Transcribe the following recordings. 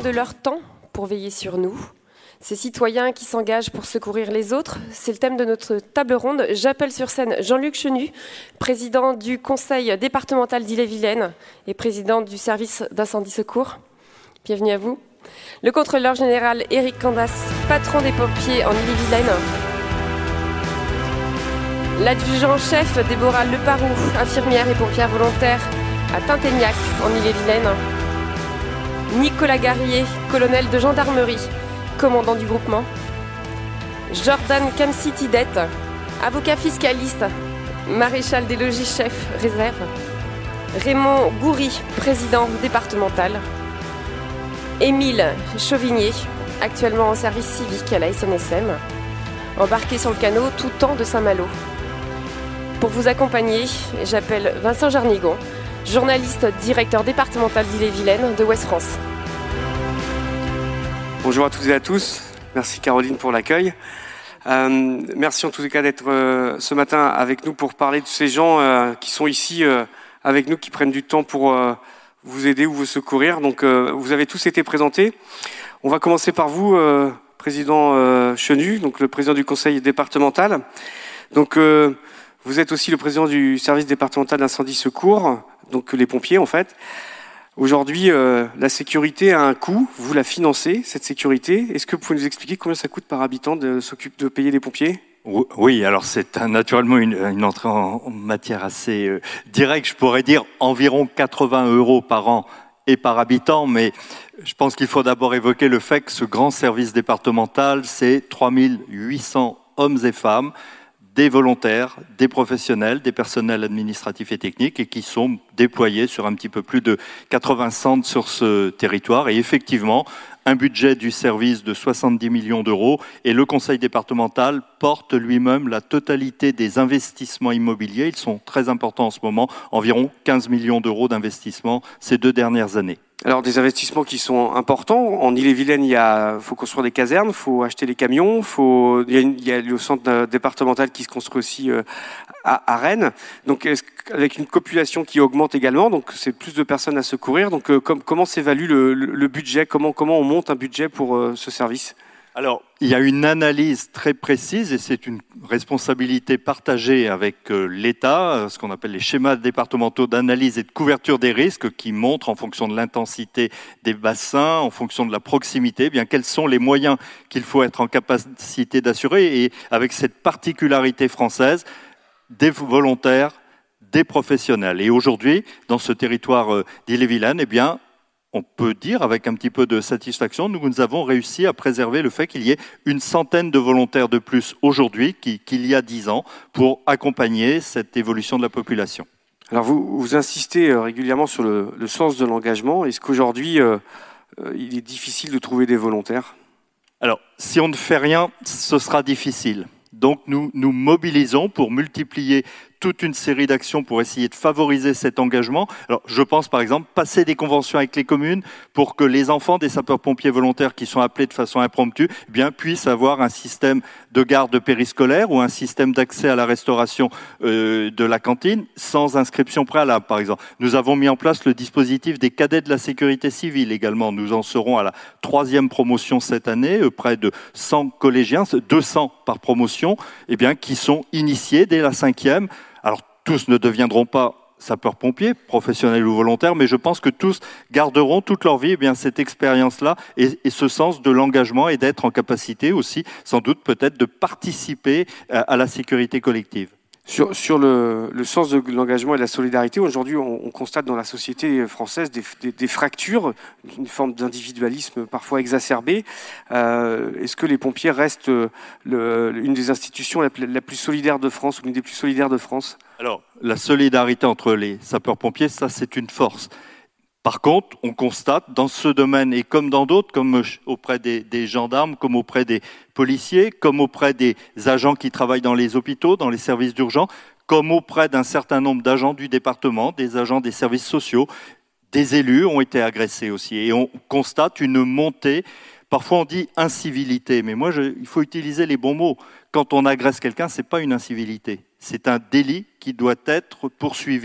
de leur temps pour veiller sur nous. Ces citoyens qui s'engagent pour secourir les autres, c'est le thème de notre table ronde. J'appelle sur scène Jean-Luc Chenu, président du conseil départemental d'Ille-et-Vilaine et président du service d'incendie secours. Bienvenue à vous. Le contrôleur général Éric Candas, patron des pompiers en Ille-et-Vilaine. L'adjudant-chef Déborah Leparoux, infirmière et pompière volontaire à Tinténiac en Ille-et-Vilaine. Nicolas Garrier, colonel de gendarmerie, commandant du groupement. Jordan Kamsi-Tidette, avocat fiscaliste, maréchal des logis chef réserve. Raymond Goury, président départemental. Émile Chauvigné, actuellement en service civique à la SNSM, embarqué sur le canot tout temps de Saint-Malo. Pour vous accompagner, j'appelle Vincent Jarnigon, journaliste directeur départemental d'Ille-et-Vilaine de Ouest France. Bonjour à toutes et à tous. Merci Caroline pour l'accueil. Merci en tout cas d'être ce matin avec nous pour parler de ces gens qui sont ici avec nous, qui prennent du temps pour vous aider ou vous secourir. Donc vous avez tous été présentés. On va commencer par vous, président Chenu, donc le président du conseil départemental. Donc vous êtes aussi le président du service départemental d'incendie secours, donc les pompiers en fait. Aujourd'hui, la sécurité a un coût. Vous la financez, cette sécurité. Est-ce que vous pouvez nous expliquer combien ça coûte par habitant de payer les pompiers ? Oui, alors c'est naturellement une entrée en matière assez directe. Je pourrais dire environ 80 € par an et par habitant, mais je pense qu'il faut d'abord évoquer le fait que ce grand service départemental, c'est 3800 hommes et femmes, des volontaires, des professionnels, des personnels administratifs et techniques et qui sont déployés sur un petit peu plus de 80 centres sur ce territoire. Et effectivement, un budget du service de 70 millions d'euros et le conseil départemental porte lui-même la totalité des investissements immobiliers. Ils sont très importants en ce moment, environ 15 millions d'euros d'investissement ces 2 dernières années. Alors des investissements qui sont importants. En Ille-et-Vilaine, faut construire des casernes, il faut acheter des camions, il y a le centre départemental qui se construit aussi à Rennes. Donc avec une population qui augmente également, donc c'est plus de personnes à secourir. Donc comment s'évalue le budget, comment on monte un budget pour ce service ? Alors, il y a une analyse très précise et c'est une responsabilité partagée avec l'État, ce qu'on appelle les schémas départementaux d'analyse et de couverture des risques qui montrent en fonction de l'intensité des bassins, en fonction de la proximité, eh bien quels sont les moyens qu'il faut être en capacité d'assurer et avec cette particularité française, des volontaires, des professionnels. Et aujourd'hui, dans ce territoire d'Ille-et-Vilaine, eh bien, on peut dire avec un petit peu de satisfaction, nous avons réussi à préserver le fait qu'il y ait une centaine de volontaires de plus aujourd'hui qu'il y a 10 ans pour accompagner cette évolution de la population. Alors vous insistez régulièrement sur le sens de l'engagement. Est-ce qu'aujourd'hui, il est difficile de trouver des volontaires ? Alors, si on ne fait rien, ce sera difficile. Donc nous mobilisons pour multiplier toute une série d'actions pour essayer de favoriser cet engagement. Alors, je pense par exemple passer des conventions avec les communes pour que les enfants des sapeurs-pompiers volontaires qui sont appelés de façon impromptue eh bien, puissent avoir un système de garde périscolaire ou un système d'accès à la restauration de la cantine sans inscription préalable, par exemple. Nous avons mis en place le dispositif des cadets de la sécurité civile également. Nous en serons à la 3e promotion cette année, près de 100 collégiens, 200 par promotion, eh bien, qui sont initiés dès la 5e. Alors, tous ne deviendront pas sapeurs-pompiers, professionnels ou volontaires, mais je pense que tous garderont toute leur vie eh bien, cette expérience-là et ce sens de l'engagement et d'être en capacité aussi, sans doute peut-être, de participer à la sécurité collective. Sur le sens de l'engagement et de la solidarité, aujourd'hui, on constate dans la société française des fractures, une forme d'individualisme parfois exacerbé. Est-ce que les pompiers restent une des institutions la plus solidaire de France ou l'une des plus solidaires de France ? Alors, la solidarité entre les sapeurs-pompiers, ça, c'est une force. Par contre, on constate dans ce domaine, et comme dans d'autres, comme auprès des gendarmes, comme auprès des policiers, comme auprès des agents qui travaillent dans les hôpitaux, dans les services d'urgence, comme auprès d'un certain nombre d'agents du département, des agents des services sociaux, des élus ont été agressés aussi. Et on constate une montée, parfois on dit incivilité, mais moi, il faut utiliser les bons mots. Quand on agresse quelqu'un, ce n'est pas une incivilité. C'est un délit qui doit être poursuivi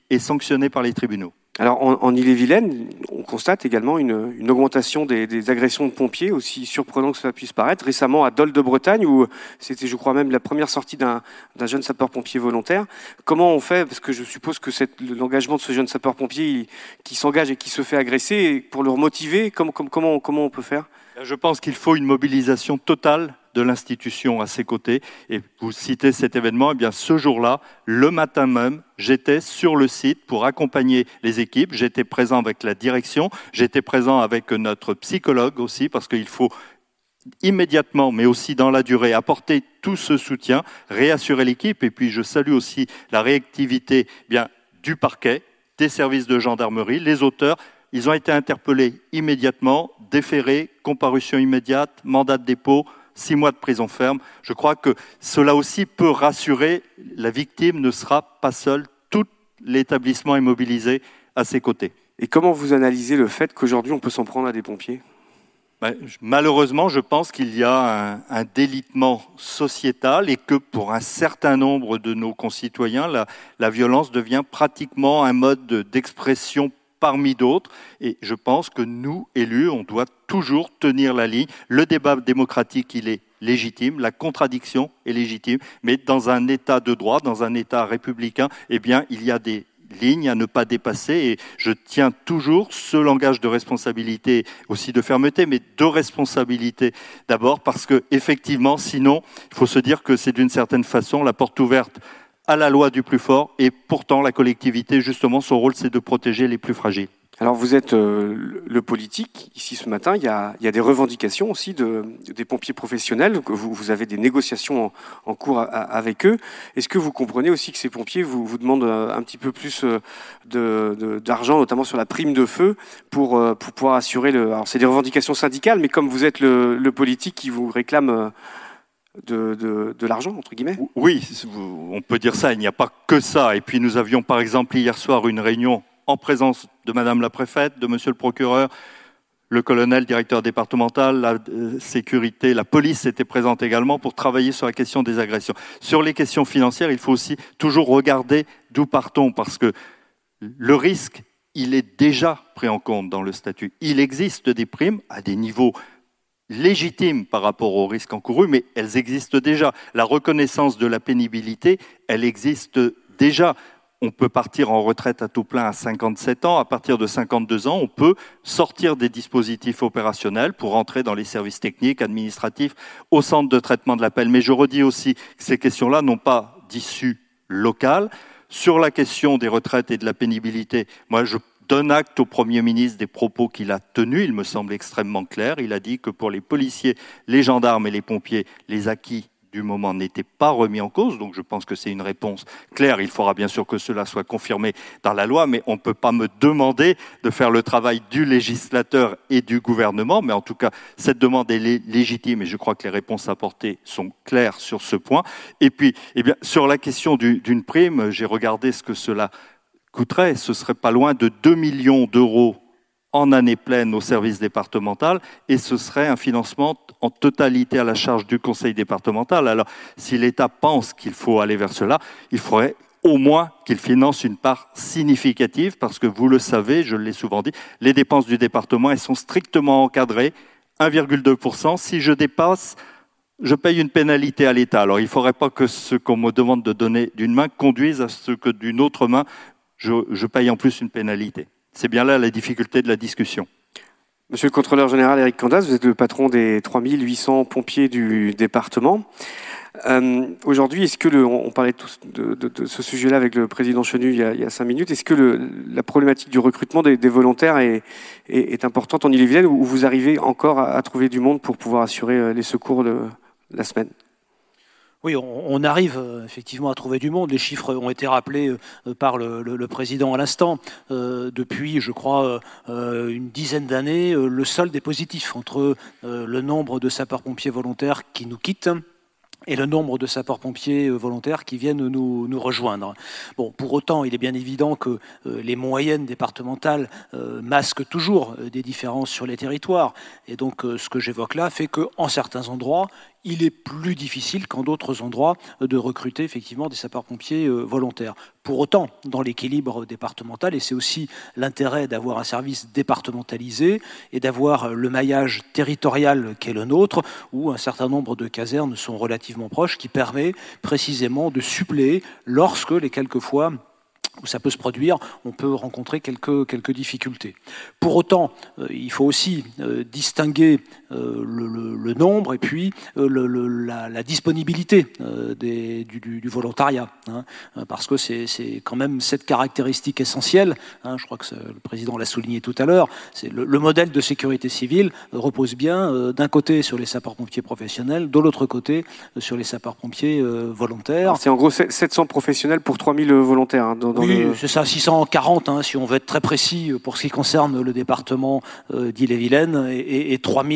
et sanctionnés par les tribunaux. Alors en Ille-et-Vilaine, on constate également une augmentation des agressions de pompiers, aussi surprenant que cela puisse paraître. Récemment à Dol de Bretagne, où c'était, je crois même, la première sortie d'un jeune sapeur-pompier volontaire. Comment on fait? Parce que je suppose que l'engagement de ce jeune sapeur-pompier qui s'engage et qui se fait agresser, pour le remotiver, comment on peut faire? Je pense qu'il faut une mobilisation totale de l'institution à ses côtés. Et vous citez cet événement, eh bien ce jour-là, le matin même, j'étais sur le site pour accompagner les équipes. J'étais présent avec la direction, j'étais présent avec notre psychologue aussi, parce qu'il faut immédiatement, mais aussi dans la durée, apporter tout ce soutien, réassurer l'équipe. Et puis je salue aussi la réactivité du parquet, des services de gendarmerie, les auteurs. Ils ont été interpellés immédiatement, déférés, comparution immédiate, mandat de dépôt, 6 mois de prison ferme. Je crois que cela aussi peut rassurer. La victime ne sera pas seule. Tout l'établissement est mobilisé à ses côtés. Et comment vous analysez le fait qu'aujourd'hui on peut s'en prendre à des pompiers? Malheureusement, je pense qu'il y a un délitement sociétal et que pour un certain nombre de nos concitoyens, la violence devient pratiquement un mode d'expression parmi d'autres. Et je pense que nous, élus, on doit toujours tenir la ligne. Le débat démocratique, il est légitime, la contradiction est légitime, mais dans un État de droit, dans un État républicain, eh bien, il y a des lignes à ne pas dépasser et je tiens toujours ce langage de responsabilité, aussi de fermeté, mais de responsabilité d'abord parce que effectivement, sinon, il faut se dire que c'est d'une certaine façon la porte ouverte à la loi du plus fort et pourtant la collectivité, justement, son rôle, c'est de protéger les plus fragiles. Alors vous êtes le politique, ici ce matin, il y a des revendications aussi des pompiers professionnels, que vous avez des négociations en cours avec eux. Est-ce que vous comprenez aussi que ces pompiers vous demandent un petit peu plus d'argent, notamment sur la prime de feu, pour pouvoir assurer Alors c'est des revendications syndicales, mais comme vous êtes le politique qui vous réclame de l'argent, entre guillemets? Oui, on peut dire ça, il n'y a pas que ça. Et puis nous avions par exemple hier soir une réunion en présence de Madame la préfète, de Monsieur le procureur, le colonel, directeur départemental, la sécurité, la police était présente également pour travailler sur la question des agressions. Sur les questions financières, il faut aussi toujours regarder d'où partons, parce que le risque, il est déjà pris en compte dans le statut. Il existe des primes à des niveaux légitimes par rapport aux risques encourus, mais elles existent déjà. La reconnaissance de la pénibilité, elle existe déjà. On peut partir en retraite à tout plein à 57 ans. À partir de 52 ans, on peut sortir des dispositifs opérationnels pour entrer dans les services techniques, administratifs, au centre de traitement de l'appel. Mais je redis aussi que ces questions-là n'ont pas d'issue locale. Sur la question des retraites et de la pénibilité, moi, je donne acte au Premier ministre des propos qu'il a tenus. Il me semble extrêmement clair. Il a dit que pour les policiers, les gendarmes et les pompiers, les acquis du moment n'était pas remis en cause, donc je pense que c'est une réponse claire. Il faudra bien sûr que cela soit confirmé dans la loi, mais on ne peut pas me demander de faire le travail du législateur et du gouvernement, mais en tout cas, cette demande est légitime et je crois que les réponses apportées sont claires sur ce point. Et puis, sur la question d'une prime, j'ai regardé ce que cela coûterait, ce serait pas loin de 2 millions d'euros en année pleine au service départemental et ce serait un financement en totalité à la charge du conseil départemental. Alors, si l'État pense qu'il faut aller vers cela, il faudrait au moins qu'il finance une part significative parce que vous le savez, je l'ai souvent dit, les dépenses du département, elles sont strictement encadrées, 1,2%. Si je dépasse, je paye une pénalité à l'État. Alors, il ne faudrait pas que ce qu'on me demande de donner d'une main conduise à ce que d'une autre main, je paye en plus une pénalité. C'est bien là la difficulté de la discussion. Monsieur le contrôleur général Eric Candas, vous êtes le patron des 3800 pompiers du département. Aujourd'hui, est-ce que on parlait de ce sujet-là avec le président Chenu il y a 5 minutes, est-ce que la problématique du recrutement des volontaires est importante en Ille-et-Vilaine ou vous arrivez encore à trouver du monde pour pouvoir assurer les secours la semaine? Oui, on arrive effectivement à trouver du monde. Les chiffres ont été rappelés par le président à l'instant. Depuis, je crois, une dizaine d'années, le solde est positif entre le nombre de sapeurs-pompiers volontaires qui nous quittent et le nombre de sapeurs-pompiers volontaires qui viennent nous rejoindre. Bon, pour autant, il est bien évident que les moyennes départementales masquent toujours des différences sur les territoires. Et donc, ce que j'évoque là fait qu'en certains endroits, il est plus difficile qu'en d'autres endroits de recruter effectivement des sapeurs-pompiers volontaires. Pour autant, dans l'équilibre départemental, et c'est aussi l'intérêt d'avoir un service départementalisé et d'avoir le maillage territorial qu'est le nôtre, où un certain nombre de casernes sont relativement proches, qui permet précisément de suppléer lorsque les quelques fois où ça peut se produire, on peut rencontrer quelques difficultés. Pour autant, il faut aussi distinguer le nombre et puis la disponibilité du volontariat, hein, parce que c'est quand même cette caractéristique essentielle, hein, je crois que le président l'a souligné tout à l'heure, c'est le modèle de sécurité civile repose bien d'un côté sur les sapeurs-pompiers professionnels, de l'autre côté sur les sapeurs-pompiers volontaires. C'est en gros 700 professionnels pour 3000 volontaires. Hein, oui, c'est ça, 640, hein, si on veut être très précis pour ce qui concerne le département d'Ille-et-Vilaine, et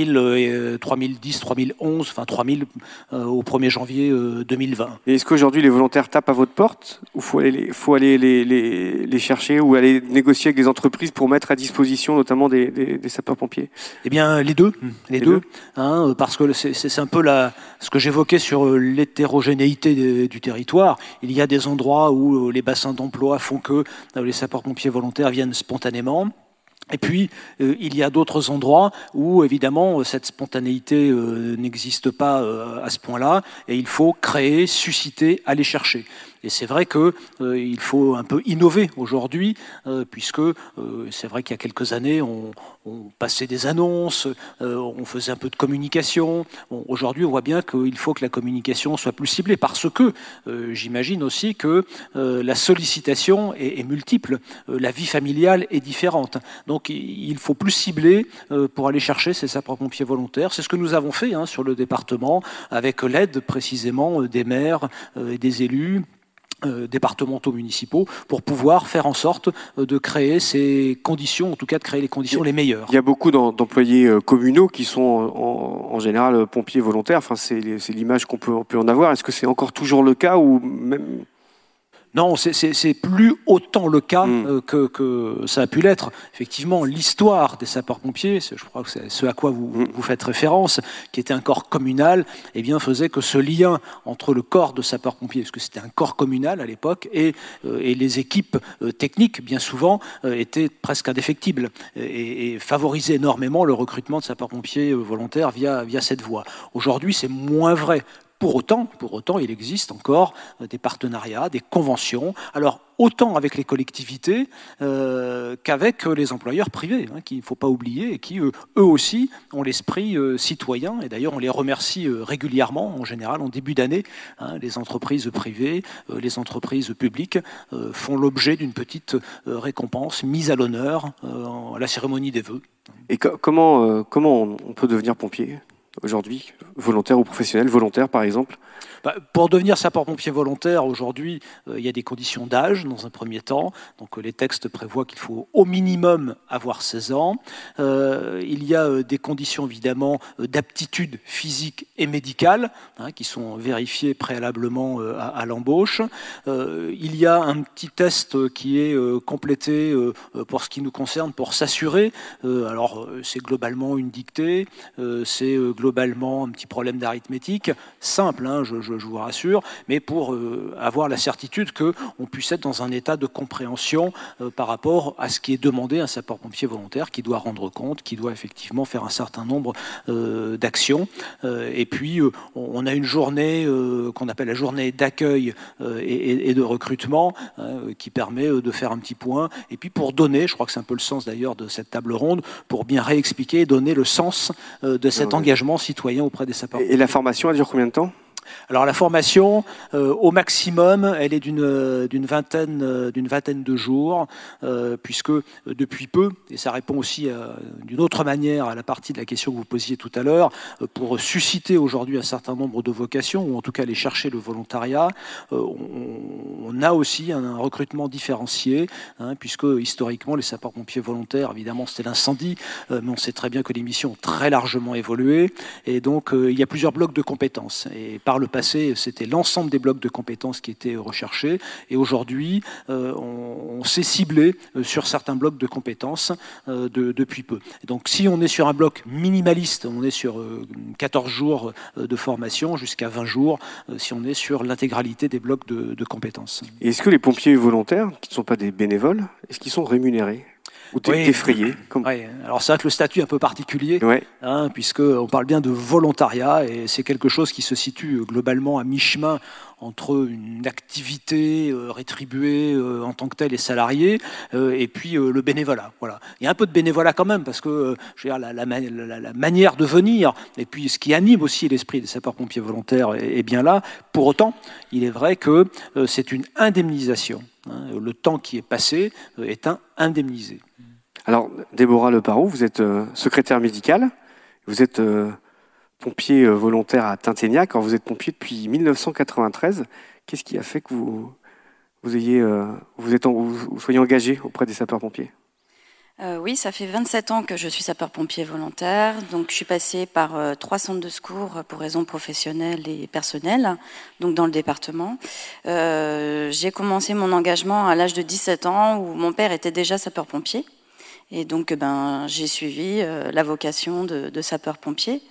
3010, 3011, enfin 3000 au 1er janvier 2020. Et est-ce qu'aujourd'hui les volontaires tapent à votre porte, ou faut aller les chercher, ou aller négocier avec des entreprises pour mettre à disposition notamment des sapeurs-pompiers? Eh bien, les deux, hein, parce que c'est un peu ce que j'évoquais sur l'hétérogénéité du territoire. Il y a des endroits où les bassins d'emploi font que les sapeurs-pompiers volontaires viennent spontanément. Et puis, il y a d'autres endroits où, évidemment, cette spontanéité n'existe pas à ce point-là, et il faut créer, susciter, aller chercher. Et c'est vrai qu'il faut un peu innover aujourd'hui, puisque c'est vrai qu'il y a quelques années, on passait des annonces, on faisait un peu de communication. Bon, aujourd'hui, on voit bien qu'il faut que la communication soit plus ciblée, parce que j'imagine aussi que la sollicitation est multiple, la vie familiale est différente. Donc il faut plus cibler pour aller chercher ces sapeurs-pompiers volontaires. C'est ce que nous avons fait sur le département, avec l'aide précisément des maires et des élus départementaux, municipaux, pour pouvoir faire en sorte de créer ces conditions, en tout cas de créer les conditions les meilleures. Il y a beaucoup d'employés communaux qui sont en général pompiers volontaires, enfin, c'est l'image qu'on peut en avoir. Est-ce que c'est encore toujours le cas, ou même... Non, c'est plus autant le cas que ça a pu l'être. Effectivement, l'histoire des sapeurs-pompiers, je crois que c'est ce à quoi vous faites référence, qui était un corps communal, eh bien, faisait que ce lien entre le corps de sapeurs-pompiers, parce que c'était un corps communal à l'époque, et les équipes techniques, bien souvent, étaient presque indéfectibles et favorisaient énormément le recrutement de sapeurs-pompiers volontaires via cette voie. Aujourd'hui, c'est moins vrai. Pour autant, il existe encore des partenariats, des conventions, alors autant avec les collectivités qu'avec les employeurs privés, qu'il ne faut pas oublier, et qui, eux aussi, ont l'esprit citoyen. Et d'ailleurs, on les remercie régulièrement, en général, en début d'année. Les entreprises privées, les entreprises publiques font l'objet d'une petite récompense mise à l'honneur à la cérémonie des vœux. Et comment on peut devenir pompier aujourd'hui, volontaire ou professionnel? Volontaire, par exemple? Pour devenir sapeur-pompier volontaire, aujourd'hui, il y a des conditions d'âge, dans un premier temps. Donc, les textes prévoient qu'il faut au minimum avoir 16 ans. Il y a des conditions, évidemment, d'aptitude physique et médicale, qui sont vérifiées préalablement à l'embauche. Il y a un petit test qui est complété pour ce qui nous concerne, pour s'assurer. Alors, c'est globalement une dictée, c'est globalement un petit problème d'arithmétique, simple, je vous rassure, mais pour avoir la certitude qu'on puisse être dans un état de compréhension par rapport à ce qui est demandé à un sapeur-pompier volontaire, qui doit rendre compte, qui doit effectivement faire un certain nombre d'actions. Et puis, on a une journée qu'on appelle la journée d'accueil et de recrutement, qui permet de faire un petit point. Et puis, pour donner, je crois que c'est un peu le sens d'ailleurs de cette table ronde, pour bien réexpliquer et donner le sens de cet engagement citoyen auprès des sapeurs-pompiers. Et la formation, elle dure combien de temps ? Alors la formation, au maximum, elle est d'une vingtaine de jours, puisque depuis peu, et ça répond aussi d'une autre manière à la partie de la question que vous posiez tout à l'heure, pour susciter aujourd'hui un certain nombre de vocations, ou en tout cas aller chercher le volontariat, on a aussi un recrutement différencié, puisque historiquement les sapeurs-pompiers volontaires, évidemment c'était l'incendie, mais on sait très bien que les missions ont très largement évolué, et donc il y a plusieurs blocs de compétences. Et par le passé, c'était l'ensemble des blocs de compétences qui étaient recherchés. Et aujourd'hui, on s'est ciblé sur certains blocs de compétences depuis peu. Et donc, si on est sur un bloc minimaliste, on est sur 14 jours de formation jusqu'à 20 jours, si on est sur l'intégralité des blocs de compétences. Et est-ce que les pompiers volontaires, qui ne sont pas des bénévoles, est-ce qu'ils sont rémunérés ou défrayés Oui. Alors c'est vrai que le statut est un peu particulier, ouais. Puisqu'on parle bien de volontariat, et c'est quelque chose qui se situe globalement à mi-chemin entre une activité rétribuée en tant que telle et salariée, et puis le bénévolat. Voilà. Il y a un peu de bénévolat quand même, parce que je veux dire, la manière de venir, et puis ce qui anime aussi l'esprit des sapeurs-pompiers volontaires est bien là. Pour autant, il est vrai que c'est une indemnisation. Le temps qui est passé est indemnisé. Alors, Déborah Leparoux, vous êtes secrétaire médicale, vous êtes pompier volontaire à Tinténiac, alors vous êtes pompier depuis 1993. Qu'est-ce qui a fait que vous soyez engagé auprès des sapeurs-pompiers ? Oui, ça fait 27 ans que je suis sapeur-pompier volontaire. Donc, je suis passée par 3 centres de secours pour raisons professionnelles et personnelles, donc dans le département. J'ai commencé mon engagement à l'âge de 17 ans, où mon père était déjà sapeur-pompier. Et donc, j'ai suivi la vocation de sapeur-pompier.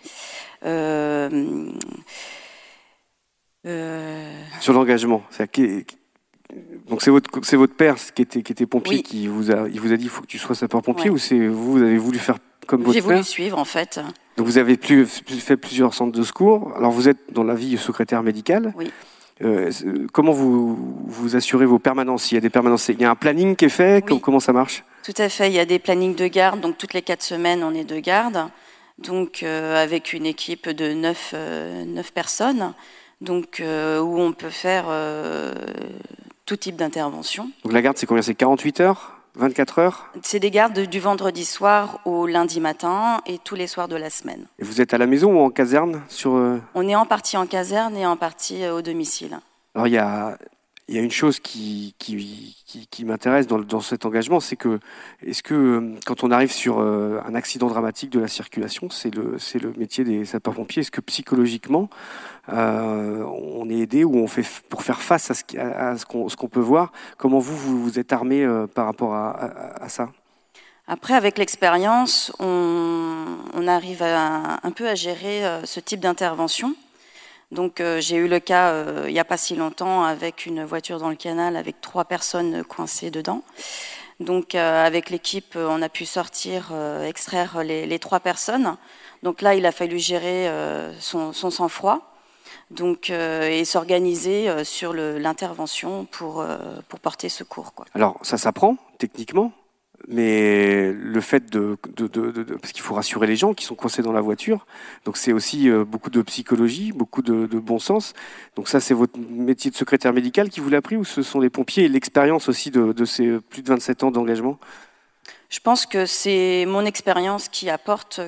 Sur l'engagement, donc c'est votre père qui était pompier, oui, qui vous a dit il faut que tu sois sapeur-pompier, ouais. Ou c'est vous avez voulu faire comme votre père ? J'ai voulu suivre en fait. Donc vous avez fait plusieurs centres de secours. Alors vous êtes dans la vie secrétaire médicale. Oui. Comment vous assurez vos permanences ? Il y a des permanences, il y a un planning qui est fait, oui. Comment ça marche ? Tout à fait, il y a des plannings de garde, donc toutes les 4 semaines on est de garde, donc avec une équipe de 9 personnes, donc où on peut faire tout type d'intervention. Donc la garde c'est combien ? C'est 48 heures ? 24 heures ? C'est des gardes du vendredi soir au lundi matin et tous les soirs de la semaine. Et vous êtes à la maison ou en caserne On est en partie en caserne et en partie au domicile. Alors il y a une chose qui m'intéresse dans cet engagement, c'est que est-ce que quand on arrive sur un accident dramatique de la circulation, c'est le métier des sapeurs-pompiers, est-ce que psychologiquement on est aidé ou on fait pour faire face à ce qu'on peut voir ? Comment vous êtes armé par rapport à ça ? Après, avec l'expérience, on arrive un peu à gérer ce type d'intervention. Donc j'ai eu le cas il n'y a pas si longtemps avec une voiture dans le canal avec 3 personnes coincées dedans. Donc avec l'équipe, on a pu sortir, extraire les 3 personnes. Donc là, il a fallu gérer son sang-froid, donc et s'organiser sur l'intervention pour porter secours, quoi. Alors ça s'apprend techniquement ? Mais le fait parce qu'il faut rassurer les gens qui sont coincés dans la voiture, donc c'est aussi beaucoup de psychologie, beaucoup de bon sens. Donc ça, c'est votre métier de secrétaire médical qui vous l'a appris, ou ce sont les pompiers et l'expérience aussi de ces plus de 27 ans d'engagement ? Je pense que c'est mon expérience qui apporte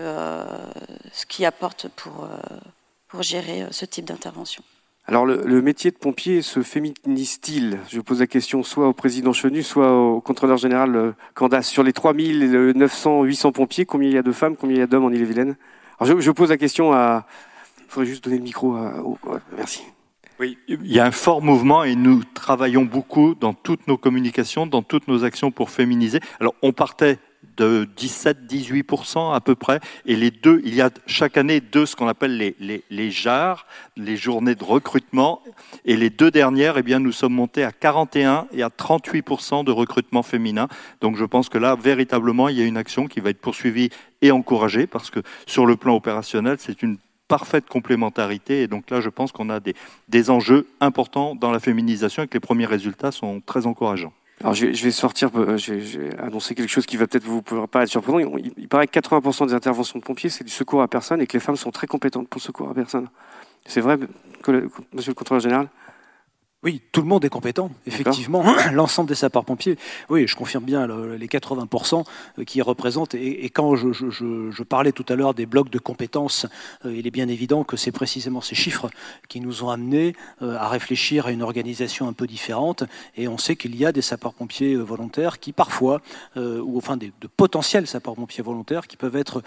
pour gérer ce type d'intervention. Alors le métier de pompier se féminise-t-il ? Je pose la question soit au président Chenu, soit au contrôleur général Candas. Sur les 3900, 800 pompiers, combien il y a de femmes, combien il y a d'hommes en Ille-et-Vilaine ? Alors je pose la question à... Il faudrait juste donner le micro à... Merci. Oui, il y a un fort mouvement et nous travaillons beaucoup dans toutes nos communications, dans toutes nos actions pour féminiser. Alors on partait de 17-18% à peu près, et il y a chaque année ce qu'on appelle les JAR, les journées de recrutement, et les 2 dernières, eh bien, nous sommes montés à 41 et à 38% de recrutement féminin. Donc je pense que là, véritablement, il y a une action qui va être poursuivie et encouragée, parce que sur le plan opérationnel, c'est une parfaite complémentarité, et donc là, je pense qu'on a des enjeux importants dans la féminisation et que les premiers résultats sont très encourageants. Alors je vais annoncer quelque chose qui va peut-être vous paraître surprenant. Il paraît que 80% des interventions de pompiers, c'est du secours à personne et que les femmes sont très compétentes pour le secours à personne. C'est vrai, monsieur le contrôleur général ? Oui, tout le monde est compétent, effectivement. L'ensemble des sapeurs-pompiers, oui, je confirme bien les 80% qui représentent. Et quand je parlais tout à l'heure des blocs de compétences, il est bien évident que c'est précisément ces chiffres qui nous ont amenés à réfléchir à une organisation un peu différente. Et on sait qu'il y a des sapeurs-pompiers volontaires qui parfois, ou enfin de potentiels sapeurs-pompiers volontaires qui peuvent être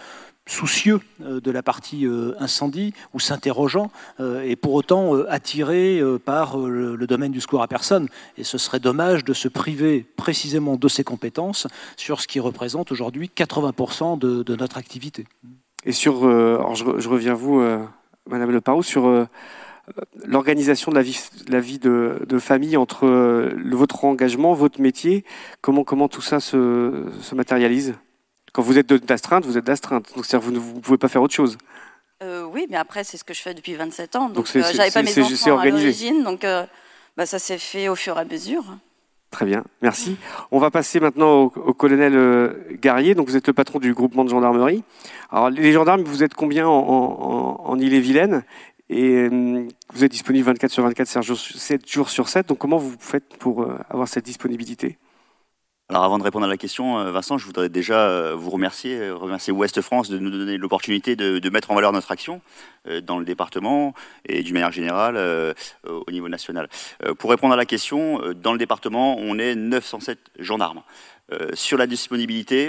soucieux de la partie incendie ou s'interrogeant et pour autant attirés par le domaine du secours à personne. Et ce serait dommage de se priver précisément de ces compétences sur ce qui représente aujourd'hui 80% de notre activité. Et sur, alors je reviens à vous, Madame Le Parou, sur l'organisation de la vie de famille entre votre engagement, votre métier, comment tout ça se matérialise? Quand vous êtes d'astreinte, vous êtes d'astreinte. Donc vous ne pouvez pas faire autre chose. Oui, mais après, c'est ce que je fais depuis 27 ans. Donc j'avais pas mes enfants à l'origine, donc ça s'est fait au fur et à mesure. Très bien, merci. On va passer maintenant au colonel Garrier. Donc vous êtes le patron du groupement de gendarmerie. Alors les gendarmes, vous êtes combien en Ille-et-Vilaine? Et vous êtes disponible 24 sur 24, 7 jours sur 7. Donc comment vous faites pour avoir cette disponibilité? Alors avant de répondre à la question, Vincent, je voudrais déjà vous remercier Ouest France de nous donner l'opportunité de mettre en valeur notre action dans le département et d'une manière générale au niveau national. Pour répondre à la question, dans le département, on est 907 gendarmes. Sur la disponibilité,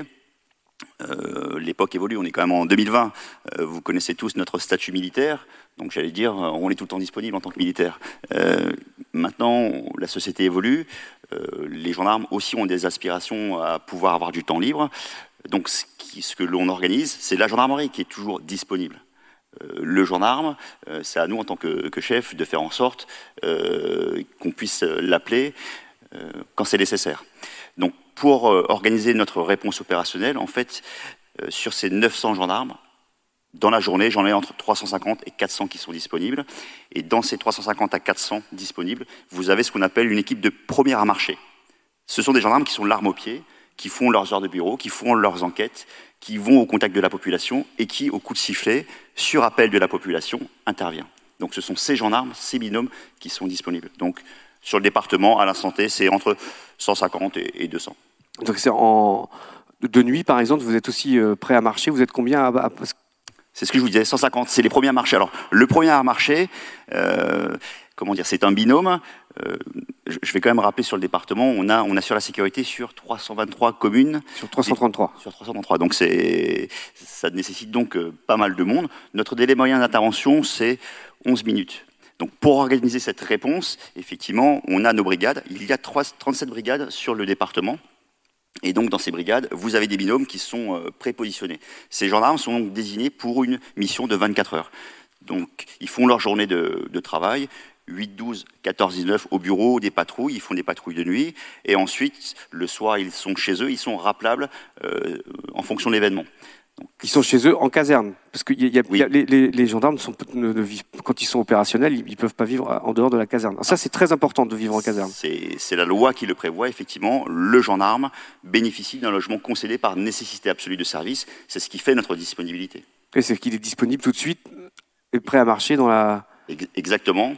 l'époque évolue, on est quand même en 2020. Vous connaissez tous notre statut militaire, donc j'allais dire, on est tout le temps disponible en tant que militaire. Maintenant, la société évolue. Les gendarmes aussi ont des aspirations à pouvoir avoir du temps libre. Donc ce que l'on organise, c'est la gendarmerie qui est toujours disponible. Le gendarme, c'est à nous en tant que chef de faire en sorte qu'on puisse l'appeler quand c'est nécessaire. Donc pour organiser notre réponse opérationnelle, en fait, sur ces 900 gendarmes, dans la journée, j'en ai entre 350 et 400 qui sont disponibles. Et dans ces 350 à 400 disponibles, vous avez ce qu'on appelle une équipe de première à marcher. Ce sont des gendarmes qui sont l'arme au pied, qui font leurs heures de bureau, qui font leurs enquêtes, qui vont au contact de la population et qui, au coup de sifflet, sur appel de la population, intervient. Donc ce sont ces gendarmes, ces binômes qui sont disponibles. Donc sur le département, à l'instant T, c'est entre 150 et 200. Donc c'est de nuit, par exemple, vous êtes aussi prêt à marcher. Vous êtes combien C'est ce que je vous disais, 150, c'est les premiers à marcher. Alors, le premier à marcher, c'est un binôme. Je vais quand même rappeler sur le département, on assure la sécurité sur 323 communes. Sur 333. Sur 333, donc ça nécessite donc pas mal de monde. Notre délai moyen d'intervention, c'est 11 minutes. Donc pour organiser cette réponse, effectivement, on a nos brigades. Il y a 37 brigades sur le département. Et donc, dans ces brigades, vous avez des binômes qui sont prépositionnés. Ces gendarmes sont donc désignés pour une mission de 24 heures. Donc, ils font leur journée de travail, 8, 12, 14, 19 au bureau, des patrouilles, ils font des patrouilles de nuit. Et ensuite, le soir, ils sont chez eux, ils sont rappelables en fonction de l'événement. Donc, ils sont chez eux en caserne, parce que les gendarmes quand ils sont opérationnels, ils ne peuvent pas vivre en dehors de la caserne. Alors ça, c'est très important de vivre en caserne. C'est la loi qui le prévoit, effectivement. Le gendarme bénéficie d'un logement concédé par nécessité absolue de service. C'est ce qui fait notre disponibilité. Et c'est qu'il est disponible tout de suite et prêt à marcher dans la... Exactement.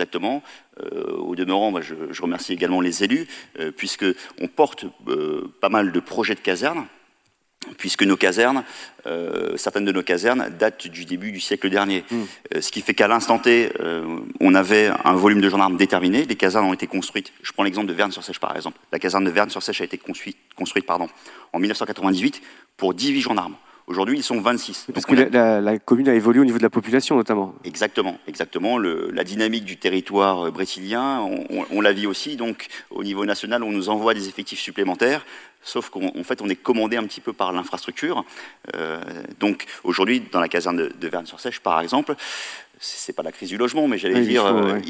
Au demeurant, moi, je remercie également les élus, puisqu'on porte pas mal de projets de casernes, puisque nos casernes, certaines de nos casernes datent du début du siècle dernier. Ce qui fait qu'à l'instant T, on avait un volume de gendarmes déterminé. Les casernes ont été construites. Je prends l'exemple de Verne-sur-Sèche, par exemple. La caserne de Verne-sur-Sèche a été construite en 1998 pour 18 gendarmes. Aujourd'hui, ils sont 26. Parce que la commune a évolué au niveau de la population, notamment. Exactement. La dynamique du territoire brétilien, on la vit aussi. Donc, au niveau national, on nous envoie des effectifs supplémentaires, sauf qu'en fait, on est commandé un petit peu par l'infrastructure. Donc, aujourd'hui, dans la caserne de Verne-sur-Sèche, par exemple, c'est pas la crise du logement, mais j'allais dire,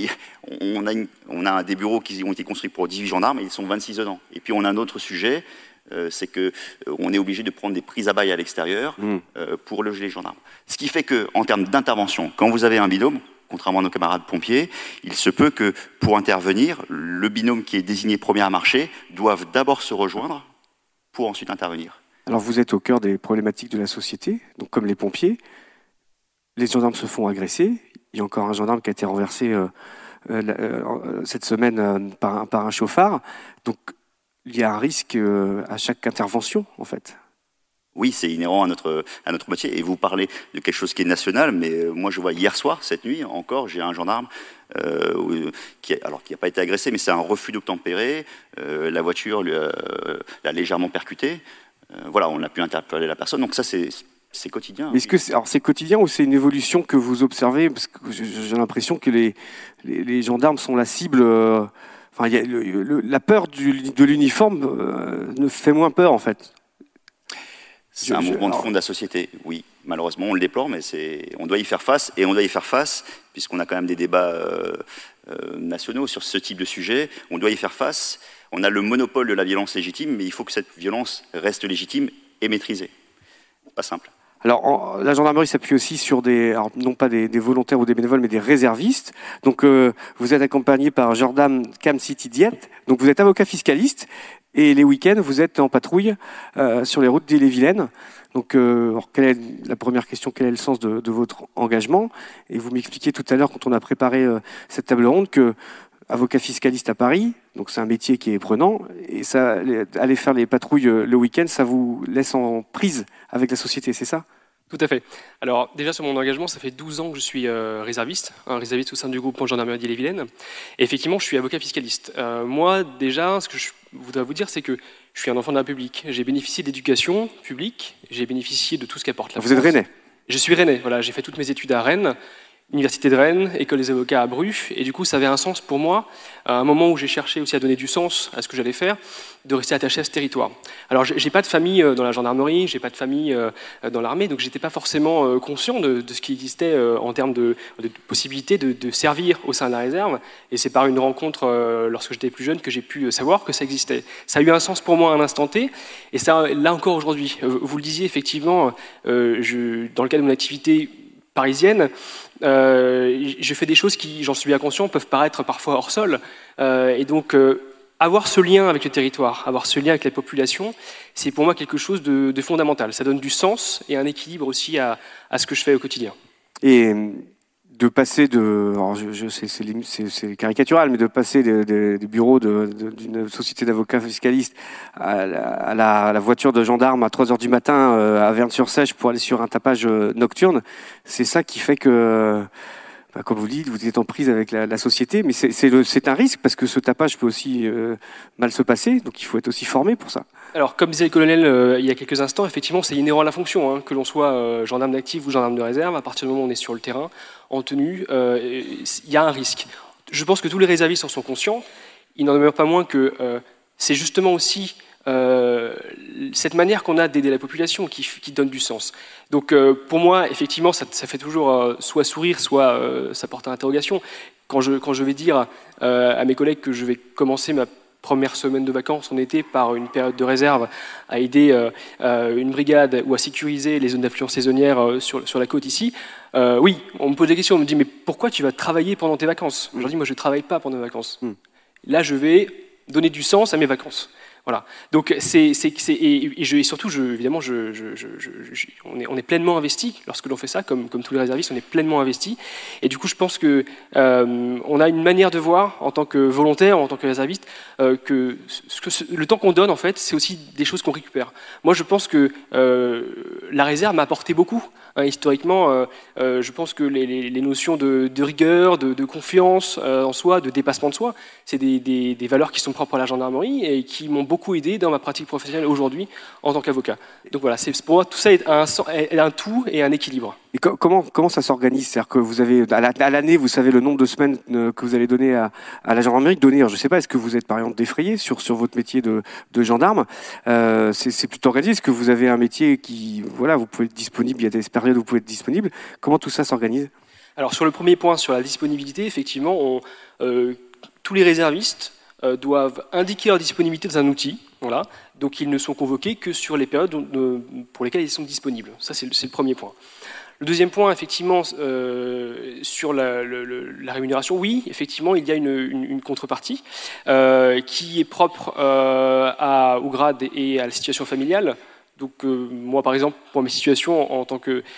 on a des bureaux qui ont été construits pour 18 gendarmes et ils sont 26 dedans. Et puis, on a un autre sujet. C'est qu'on est obligé de prendre des prises à bail à l'extérieur pour loger les gendarmes. Ce qui fait qu'en termes d'intervention, quand vous avez un binôme, contrairement à nos camarades pompiers, il se peut que pour intervenir, le binôme qui est désigné premier à marcher doive d'abord se rejoindre pour ensuite intervenir. Alors vous êtes au cœur des problématiques de la société, donc comme les pompiers. Les gendarmes se font agresser. Il y a encore un gendarme qui a été renversé cette semaine par un chauffard. Donc il y a un risque à chaque intervention, en fait. Oui, c'est inhérent à notre métier. Et vous parlez de quelque chose qui est national, mais moi je vois hier soir, cette nuit encore, j'ai un gendarme qui n'a pas été agressé, mais c'est un refus d'obtempérer. La voiture l'a légèrement percuté. On a pu interpeller la personne. Donc ça, c'est C'est quotidien. Est-ce que c'est quotidien ou c'est une évolution que vous observez? Parce que j'ai l'impression que les gendarmes sont la cible. Enfin, la peur de l'uniforme ne fait moins peur en fait. C'est un mouvement de fond de la société, oui. Malheureusement, on le déplore, mais on doit y faire face. Et on doit y faire face, puisqu'on a quand même des débats nationaux sur ce type de sujet. On doit y faire face. On a le monopole de la violence légitime, mais il faut que cette violence reste légitime et maîtrisée. Pas simple. Alors, la gendarmerie s'appuie aussi sur non pas des volontaires ou des bénévoles, mais des réservistes. Donc, vous êtes accompagné par Jordan Cam City Diet. Donc, vous êtes avocat fiscaliste. Et les week-ends, vous êtes en patrouille sur les routes d'Ille-et-Vilaine. Donc, quelle est la première question? Quel est le sens de votre engagement? Et vous m'expliquiez tout à l'heure, quand on a préparé cette table ronde, que avocat fiscaliste à Paris, donc c'est un métier qui est prenant, et ça, aller faire les patrouilles le week-end, ça vous laisse en prise avec la société, c'est ça? Tout à fait. Alors déjà sur mon engagement, ça fait 12 ans que je suis réserviste au sein du groupement gendarmerie d'Ille-et-Vilaine. Et effectivement, je suis avocat fiscaliste. Moi, déjà, ce que je voudrais vous dire, c'est que je suis un enfant de la République. J'ai bénéficié d'éducation publique, j'ai bénéficié de tout ce qu'apporte la France. Vous êtes rennais? Je suis rennais, voilà. J'ai fait toutes mes études à Rennes. Université de Rennes, école des avocats à Bru, et du coup ça avait un sens pour moi, à un moment où j'ai cherché aussi à donner du sens à ce que j'allais faire, de rester attaché à ce territoire. Alors j'ai pas de famille dans la gendarmerie, j'ai pas de famille dans l'armée, donc j'étais pas forcément conscient de ce qui existait en termes de possibilités de servir au sein de la réserve, et c'est par une rencontre lorsque j'étais plus jeune que j'ai pu savoir que ça existait. Ça a eu un sens pour moi à un instant T, et ça là encore aujourd'hui. Vous le disiez effectivement, dans le cadre de mon activité parisienne, je fais des choses qui, j'en suis bien conscient, peuvent paraître parfois hors sol. Et donc, avoir ce lien avec le territoire, avoir ce lien avec la population, c'est pour moi quelque chose de fondamental. Ça donne du sens et un équilibre aussi à ce que je fais au quotidien. Et de passer alors c'est caricatural, mais de passer des bureaux d'une société d'avocats fiscalistes à la voiture de gendarme à 3h du matin à Verne-sur-Sèche pour aller sur un tapage nocturne, c'est ça qui fait que, comme vous le dites, vous êtes en prise avec la société, mais c'est un risque parce que ce tapage peut aussi mal se passer, donc il faut être aussi formé pour ça. Alors, comme disait le colonel il y a quelques instants, effectivement, c'est inhérent à la fonction, que l'on soit gendarme d'actif ou gendarme de réserve, à partir du moment où on est sur le terrain, en tenue, il y a un risque. Je pense que tous les réservistes en sont conscients. Il n'en demeure pas moins que c'est justement aussi cette manière qu'on a d'aider la population qui donne du sens. Donc, pour moi, effectivement, ça fait toujours soit sourire, soit ça porte à interrogation. Quand je vais dire à mes collègues que je vais commencer ma première semaine de vacances en été par une période de réserve à aider une brigade ou à sécuriser les zones d'affluence saisonnière sur la côte ici, oui, on me pose des questions, on me dit mais pourquoi tu vas travailler pendant tes vacances? Je leur dis moi je ne travaille pas pendant mes vacances. Là je vais donner du sens à mes vacances. Voilà. Donc et surtout, évidemment, on est pleinement investi lorsque l'on fait ça, comme tous les réservistes, on est pleinement investi. Et du coup, je pense que on a une manière de voir en tant que volontaire, en tant que réserviste, que le temps qu'on donne, en fait, c'est aussi des choses qu'on récupère. Moi, je pense que la réserve m'a apporté beaucoup. Historiquement, je pense que les notions de rigueur, de confiance en soi, de dépassement de soi, c'est des valeurs qui sont propres à la gendarmerie et qui m'ont beaucoup aidé dans ma pratique professionnelle aujourd'hui en tant qu'avocat. Donc voilà, pour moi, tout ça est un tout et un équilibre. Et comment ça s'organise? C'est-à-dire que vous avez, à l'année, vous savez le nombre de semaines que vous allez donner à la gendarmerie. Je ne sais pas, est-ce que vous êtes par exemple défrayé sur votre métier de gendarme? C'est plutôt organisé. Est-ce que vous avez un métier qui, voilà, vous pouvez être disponible, il y a des périodes où vous pouvez être disponible. Comment tout ça s'organise? Alors sur le premier point, sur la disponibilité, effectivement, tous les réservistes doivent indiquer leur disponibilité dans un outil. Voilà. Donc ils ne sont convoqués que sur les périodes pour lesquelles ils sont disponibles. Ça, c'est le premier point. Le deuxième point, effectivement, sur la rémunération, oui, effectivement, il y a une contrepartie qui est propre au grade et à la situation familiale. Donc moi, par exemple, pour mes situations en tant que...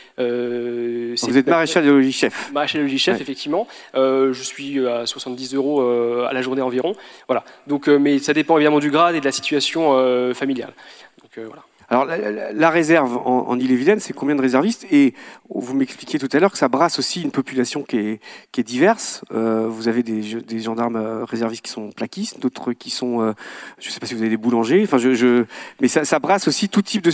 vous êtes maréchal de logis-chef. Maréchal de logis-chef, ouais. Effectivement. Je suis à 70 € à la journée environ. Voilà. Donc, mais ça dépend évidemment du grade et de la situation familiale. Donc, voilà. Alors, la réserve en Ille-et-Vilaine, c'est combien de réservistes? Et vous m'expliquiez tout à l'heure que ça brasse aussi une population qui est diverse. Vous avez des gendarmes réservistes qui sont plaquistes, d'autres qui sont, je ne sais pas si vous avez des boulangers. Enfin, mais ça brasse aussi tout type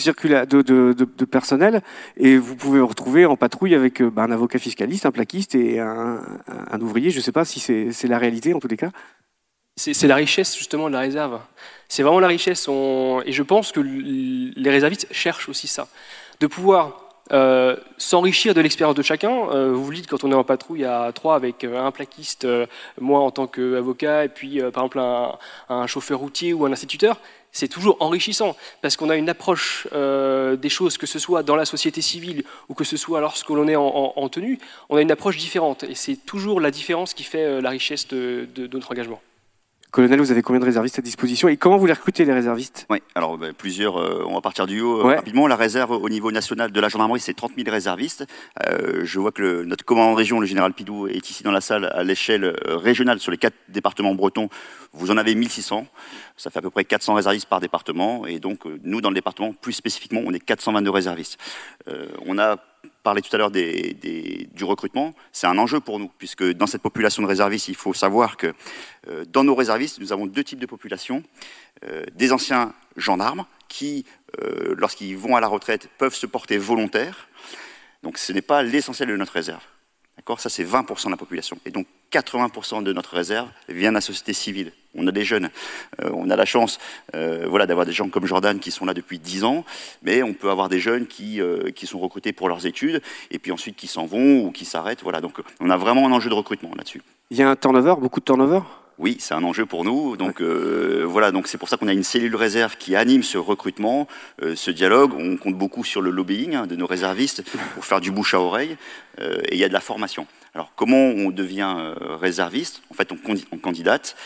de personnel. Et vous pouvez vous retrouver en patrouille avec un avocat fiscaliste, un plaquiste et un ouvrier. Je ne sais pas si c'est la réalité en tous les cas. C'est la richesse justement de la réserve. C'est vraiment la richesse. Et je pense que les réservistes cherchent aussi ça. De pouvoir s'enrichir de l'expérience de chacun. Vous le dites, quand on est en patrouille à 3 avec un plaquiste, moi en tant qu'avocat, et puis par exemple un chauffeur routier ou un instituteur, c'est toujours enrichissant parce qu'on a une approche des choses, que ce soit dans la société civile ou que ce soit lorsque l'on est en tenue, on a une approche différente. Et c'est toujours la différence qui fait la richesse de notre engagement. Colonel, vous avez combien de réservistes à disposition et comment vous les recrutez, les réservistes? Oui, alors plusieurs, on va partir du haut rapidement. La réserve au niveau national de la gendarmerie, c'est 30 000 réservistes. Je vois que notre commandant de région, le général Pidou, est ici dans la salle à l'échelle régionale sur les 4 départements bretons. Vous en avez 1600, ça fait à peu près 400 réservistes par département. Et donc, nous, dans le département, plus spécifiquement, on est 422 réservistes. On a parlé tout à l'heure du recrutement, c'est un enjeu pour nous, puisque dans cette population de réservistes, il faut savoir que dans nos réservistes, nous avons 2 types de populations. Des anciens gendarmes qui, lorsqu'ils vont à la retraite, peuvent se porter volontaires. Donc ce n'est pas l'essentiel de notre réserve. D'accord ? Ça, c'est 20% de la population. Et donc 80% de notre réserve vient de la société civile. On a des jeunes. On a la chance d'avoir des gens comme Jordan qui sont là depuis 10 ans, mais on peut avoir des jeunes qui sont recrutés pour leurs études, et puis ensuite qui s'en vont ou qui s'arrêtent. Voilà. Donc on a vraiment un enjeu de recrutement là-dessus. Il y a un turnover, beaucoup de turnover ? Oui, c'est un enjeu pour nous. Donc donc c'est pour ça qu'on a une cellule réserve qui anime ce recrutement, ce dialogue. On compte beaucoup sur le lobbying de nos réservistes pour faire du bouche à oreille. Et il y a de la formation. Alors comment on devient réserviste? En fait, on candidate.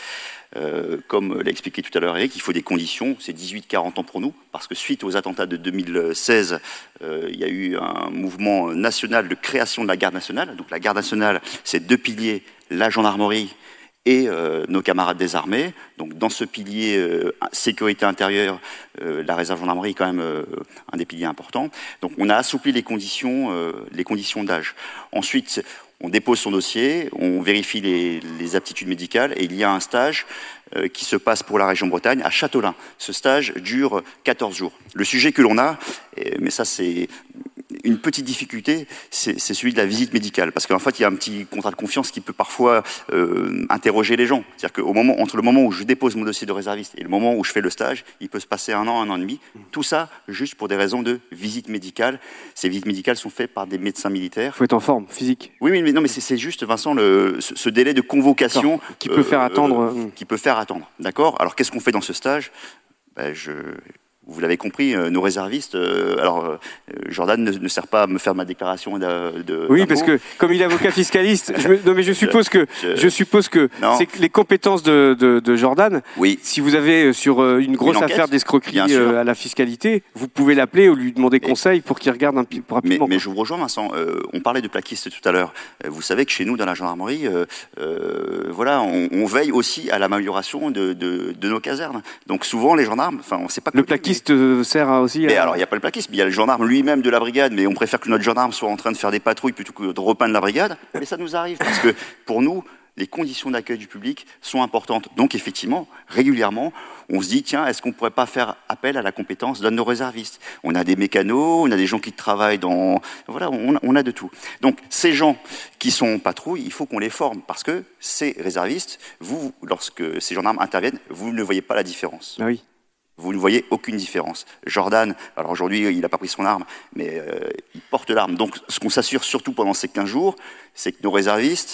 Comme l'a expliqué tout à l'heure Eric, il faut des conditions, c'est 18-40 ans pour nous, parce que suite aux attentats de 2016, il y a eu un mouvement national de création de la garde nationale. Donc la garde nationale, c'est 2 piliers, la gendarmerie et nos camarades des armées. Donc dans ce pilier sécurité intérieure, la réserve gendarmerie est quand même un des piliers importants. Donc on a assoupli les conditions d'âge. Ensuite, on dépose son dossier, on vérifie les aptitudes médicales et il y a un stage qui se passe pour la région Bretagne à Châteaulin. Ce stage dure 14 jours. Le sujet que l'on a, mais ça c'est une petite difficulté, c'est celui de la visite médicale. Parce qu'en fait, il y a un petit contrat de confiance qui peut parfois interroger les gens. C'est-à-dire qu'entre le moment où je dépose mon dossier de réserviste et le moment où je fais le stage, il peut se passer 1 an, 1 an et demi. Tout ça, juste pour des raisons de visite médicale. Ces visites médicales sont faites par des médecins militaires. Il faut être en forme, physique. Oui, mais c'est juste, Vincent, ce délai de convocation qui peut faire attendre. Qui peut faire attendre. D'accord ? Alors, qu'est-ce qu'on fait dans ce stage ? Vous l'avez compris, nos réservistes. Jordan ne sert pas à me faire ma déclaration Oui, parce que comme il est avocat fiscaliste, je suppose que c'est que les compétences de Jordan. Oui. Si vous avez sur une grosse affaire d'escroquerie à la fiscalité, vous pouvez l'appeler ou lui demander conseil pour qu'il regarde rapidement. Mais je vous rejoins, Vincent. On parlait de plaquistes tout à l'heure. Vous savez que chez nous, dans la gendarmerie, on veille aussi à l'amélioration de nos casernes. Donc souvent, les gendarmes, on ne sait pas. Le plaquiste sert aussi. Mais alors, il n'y a pas le plaquiste, mais il y a le gendarme lui-même de la brigade, mais on préfère que notre gendarme soit en train de faire des patrouilles plutôt que de repeindre la brigade. Mais ça nous arrive, parce que pour nous, les conditions d'accueil du public sont importantes. Donc effectivement, régulièrement, on se dit, tiens, est-ce qu'on ne pourrait pas faire appel à la compétence d'un de nos réservistes ? On a des mécanos, on a des gens qui travaillent dans... Voilà, on a de tout. Donc ces gens qui sont en patrouille, il faut qu'on les forme, parce que ces réservistes, vous, lorsque ces gendarmes interviennent, vous ne voyez pas la différence. Ah oui. Vous ne voyez aucune différence. Jordan, alors aujourd'hui, il n'a pas pris son arme, mais il porte l'arme. Donc, ce qu'on s'assure surtout pendant ces 15 jours, c'est que nos réservistes,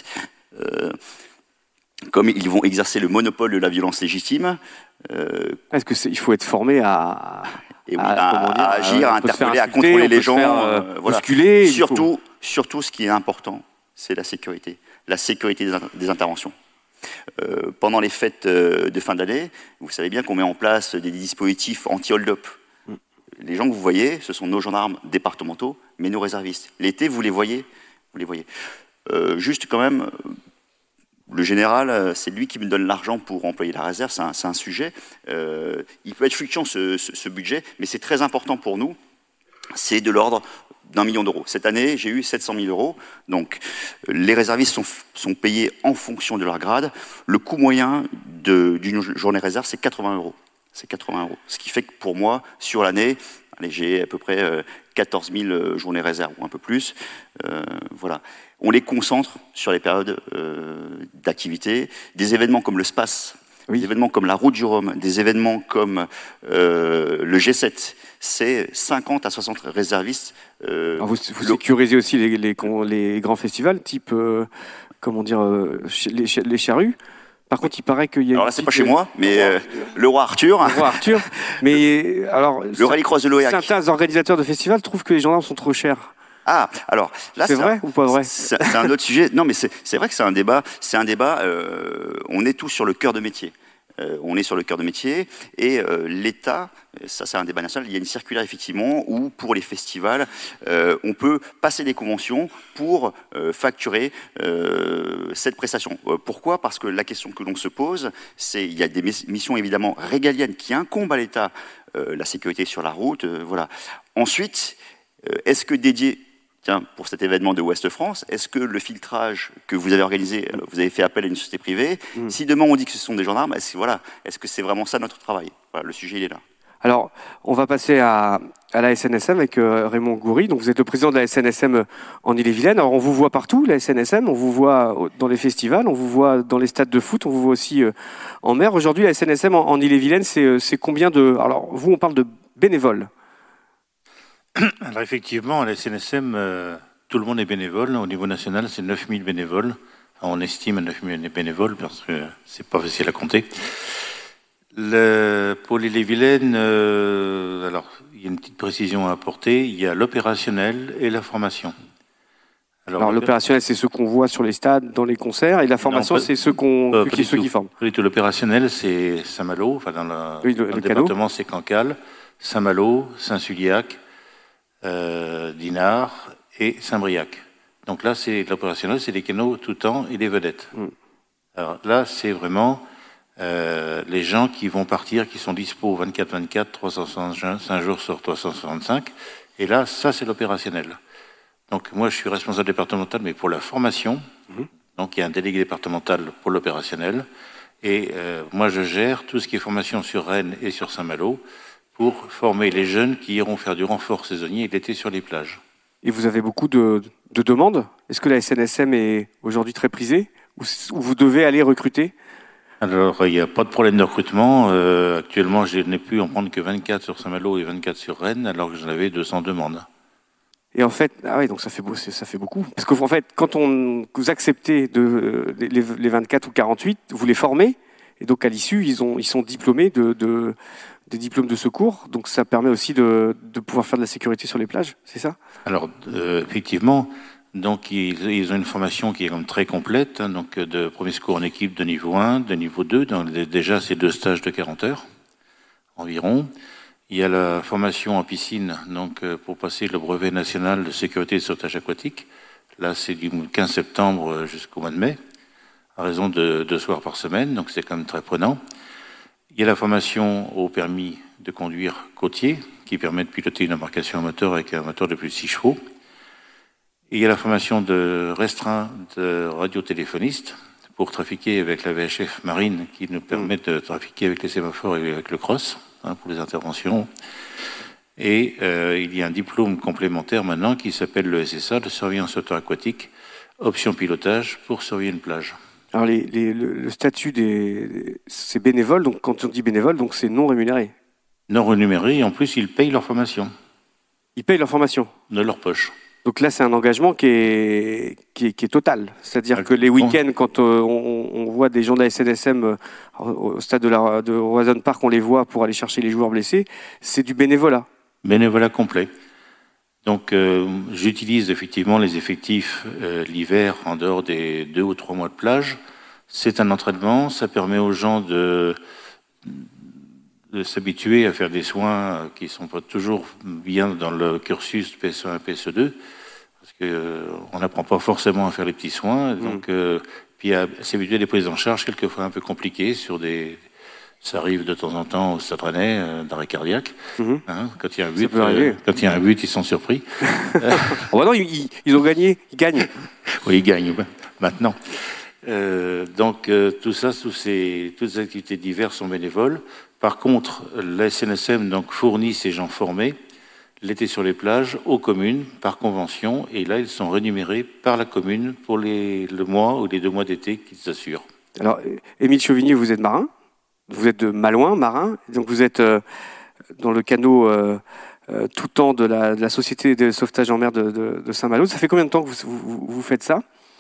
comme ils vont exercer le monopole de la violence légitime... Est-ce qu'il faut être formé à agir, à interpeller, à contrôler les gens, bousculer, surtout, ce qui est important, c'est la sécurité des interventions. Pendant les fêtes de fin d'année, vous savez bien qu'on met en place des dispositifs anti-hold-up. Les gens que vous voyez, ce sont nos gendarmes départementaux, mais nos réservistes. L'été, vous les voyez. Juste quand même, Le général, c'est lui qui me donne l'argent pour employer la réserve, c'est un sujet. Il peut être fluctuant ce budget, mais c'est très important pour nous. C'est de l'ordre d'1 million d'euros. Cette année, j'ai eu 700 000 euros. Donc, les réservistes sont payés en fonction de leur grade. Le coût moyen d'une journée réserve, c'est 80 euros. C'est 80 euros. Ce qui fait que pour moi, sur l'année, j'ai à peu près 14 000 journées réserve ou un peu plus. Voilà. On les concentre sur les périodes d'activité. Des événements comme le SPACE, des événements comme la Route du Rhum, des événements comme le G7, c'est 50 à 60 réservistes. Vous sécurisez aussi les grands festivals, type les charrues. Par contre, il paraît qu'il y a. Alors là, c'est pas chez moi, mais le Roi Arthur. Le Roi Arthur. Mais alors, le Rallycross de l'Oyac. Certains organisateurs de festivals trouvent que les gendarmes sont trop chers. Ah, alors là, c'est vrai ou pas vrai? C'est un autre sujet. Non, mais c'est vrai que c'est un débat. C'est un débat. On est tous sur le cœur de métier. On est sur le cœur de métier et l'État, ça c'est un débat national, il y a une circulaire effectivement où pour les festivals, on peut passer des conventions pour facturer cette prestation. Pourquoi? Parce que la question que l'on se pose, c'est il y a des missions évidemment régaliennes qui incombent à l'État, la sécurité sur la route, voilà. Ensuite, est-ce que dédié pour cet événement de Ouest France, est-ce que le filtrage que vous avez organisé, vous avez fait appel à une société privée, si demain on dit que ce sont des gendarmes, est-ce que c'est vraiment ça notre travail? Voilà, le sujet il est là. Alors, on va passer à la SNSM avec Raymond Goury. Donc, vous êtes le président de la SNSM en Ille-et-Vilaine. Alors, on vous voit partout, la SNSM. On vous voit dans les festivals, on vous voit dans les stades de foot, on vous voit aussi en mer. Aujourd'hui, la SNSM en Ille-et-Vilaine, c'est combien de... Alors, vous, on parle de bénévoles. Alors effectivement, à la SNSM, tout le monde est bénévole. Au niveau national, c'est 9000 bénévoles. Enfin, on estime à 9000 bénévoles parce que c'est pas facile à compter. Pour l'Ille-et-Vilaine, alors il y a une petite précision à apporter. Il y a l'opérationnel et la formation. Alors l'opérationnel, c'est ceux qu'on voit sur les stades, dans les concerts, et la formation, c'est ceux qui forment. L'opérationnel, c'est Saint-Malo, enfin dans le département, c'est Cancale, Saint-Malo, Saint-Suliac, Dinard et Saint-Briac. Donc là, c'est l'opérationnel, c'est les canaux tout temps et les vedettes. Alors là, c'est vraiment les gens qui vont partir, qui sont dispo 24-24, 365 jours sur 365. Et là, ça, c'est l'opérationnel. Donc moi, je suis responsable départemental, mais pour la formation. Donc il y a un délégué départemental pour l'opérationnel. Et moi, je gère tout ce qui est formation sur Rennes et sur Saint-Malo, pour former les jeunes qui iront faire du renfort saisonnier l'été sur les plages. Et vous avez beaucoup de demandes? Est-ce que la SNSM est aujourd'hui très prisée ou vous devez aller recruter? Alors, il n'y a pas de problème de recrutement. Actuellement, je n'ai pu en prendre que 24 sur Saint-Malo et 24 sur Rennes, alors que j'en avais 200 demandes. Et en fait, ah oui, donc ça fait beaucoup. Parce qu'en fait, quand vous acceptez les 24 ou 48, vous les formez, et donc à l'issue, ils sont diplômés des diplômes de secours, donc ça permet aussi de pouvoir faire de la sécurité sur les plages, c'est ça? Alors, effectivement, donc ils ont une formation qui est comme très complète, donc de premier secours en équipe de niveau 1, de niveau 2, donc déjà c'est 2 stages de 40 heures environ. Il y a la formation en piscine, donc pour passer le brevet national de sécurité et de sauvetage aquatique. Là, c'est du 15 septembre jusqu'au mois de mai, à raison de 2 soirs par semaine, donc c'est quand même très prenant. Il y a la formation au permis de conduire côtier, qui permet de piloter une embarcation à moteur avec un moteur de plus de 6 chevaux. Et il y a la formation de restreint de radiotéléphoniste pour trafiquer avec la VHF marine, qui nous permet de trafiquer avec les sémaphores et avec le cross, pour les interventions. Et il y a un diplôme complémentaire maintenant qui s'appelle le SSA, de surveillance auto-aquatique, option pilotage pour surveiller une plage. Alors le statut c'est bénévole, donc quand on dit bénévole, donc c'est non rémunéré. Non rémunéré, et en plus ils payent leur formation. Ils payent leur formation? De leur poche. Donc là c'est un engagement qui est total. C'est-à-dire que les week-ends, quand on voit des gens de la SNSM au stade de Roison Park, on les voit pour aller chercher les joueurs blessés, c'est du bénévolat. Bénévolat complet. Donc j'utilise effectivement les effectifs l'hiver en dehors des 2 ou 3 mois de plage. C'est un entraînement, ça permet aux gens de s'habituer à faire des soins qui ne sont pas toujours bien dans le cursus PSE1 et PSE2, parce qu'on n'apprend pas forcément à faire les petits soins. Donc Puis il y a s'habituer à des prises en charge quelquefois un peu compliquées sur des... Ça arrive de temps en temps au Stade Rennais, d'arrêt cardiaque. Hein, quand il y a un but, ils sont surpris. Oh bah non, ils ont gagné, ils gagnent. Oui, ils gagnent maintenant. Donc tout ça, toutes ces activités diverses sont bénévoles. Par contre, la SNSM donc fournit ces gens formés l'été sur les plages aux communes par convention, et là ils sont rémunérés par la commune pour le mois ou les 2 mois d'été qu'ils assurent. Alors, Émile Chauvigny, vous êtes marin, vous êtes de Malouin, marin, donc vous êtes dans le canot tout temps de la société de sauvetage en mer de Saint-Malo. Ça fait combien de temps que vous faites ça ?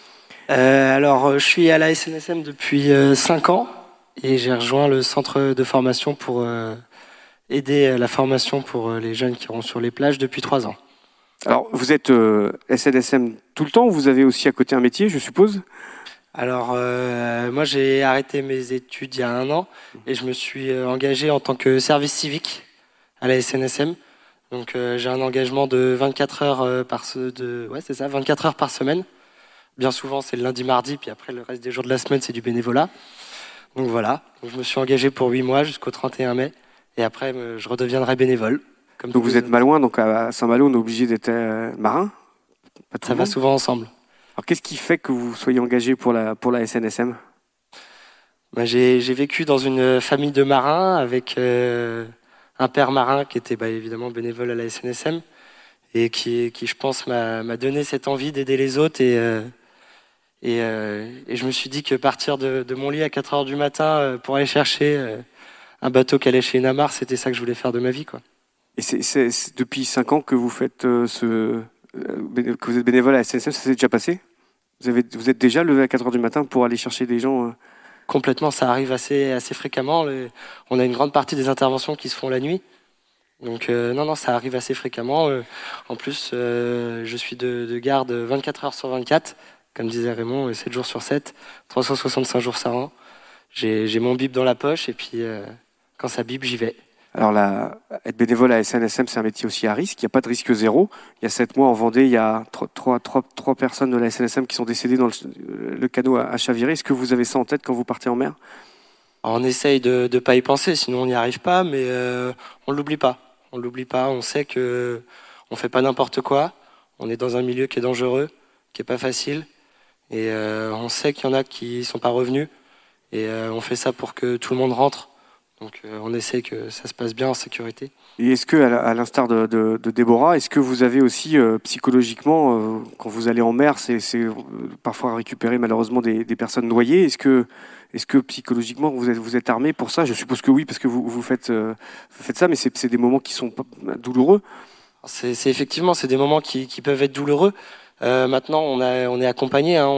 Alors, je suis à la SNSM depuis 5 ans et j'ai rejoint le centre de formation pour aider à la formation pour les jeunes qui iront sur les plages depuis 3 ans. Alors, vous êtes SNSM tout le temps ou vous avez aussi à côté un métier, je suppose ? Alors, moi, j'ai arrêté mes études il y a 1 an et je me suis engagé en tant que service civique à la SNSM. Donc, j'ai un engagement de 24 heures 24 heures par semaine. Bien souvent, c'est le lundi, mardi, puis après, le reste des jours de la semaine, c'est du bénévolat. Donc voilà, donc, je me suis engagé pour 8 mois jusqu'au 31 mai. Et après, je redeviendrai bénévole. Donc vous êtes malouin, donc à Saint-Malo, on est obligé d'être marin ? Ça va souvent ensemble. Alors qu'est-ce qui fait que vous soyez engagé pour la SNSM ? J'ai vécu dans une famille de marins avec un père marin qui était évidemment bénévole à la SNSM et qui je pense, m'a donné cette envie d'aider les autres. Et je me suis dit que partir de mon lit à 4 heures du matin pour aller chercher un bateau qui allait chez Inamar, c'était ça que je voulais faire de ma vie, quoi. Et c'est depuis 5 ans que vous faites que vous êtes bénévole à la SNSM, ça s'est déjà passé ? Vous êtes déjà levé à 4 heures du matin pour aller chercher des gens Complètement, ça arrive assez fréquemment. On a une grande partie des interventions qui se font la nuit. Donc non, ça arrive assez fréquemment. En plus, je suis de garde 24 heures sur 24, comme disait Raymond, 7 jours sur 7, 365 jours par an. J'ai mon bip dans la poche et puis quand ça bip, j'y vais. Alors être bénévole à SNSM, c'est un métier aussi à risque. Il n'y a pas de risque zéro. Il y a 7 mois en Vendée, il y a 3 personnes de la SNSM qui sont décédées dans le canot à chavirer. Est-ce que vous avez ça en tête quand vous partez en mer ? Alors, on essaye de ne pas y penser, sinon on n'y arrive pas, mais on ne l'oublie pas. On l'oublie pas. On sait que on fait pas n'importe quoi. On est dans un milieu qui est dangereux, qui est pas facile, et on sait qu'il y en a qui sont pas revenus. Et on fait ça pour que tout le monde rentre. Donc on essaie que ça se passe bien en sécurité. Et est-ce que, à l'instar de Déborah, est-ce que vous avez aussi psychologiquement, quand vous allez en mer, c'est parfois récupérer malheureusement des personnes noyées. Est-ce que psychologiquement vous êtes armé pour ça ? Je suppose que oui, parce que vous faites ça, mais c'est des moments qui sont douloureux. C'est effectivement, c'est des moments qui peuvent être douloureux. Maintenant, on est accompagné. Hein,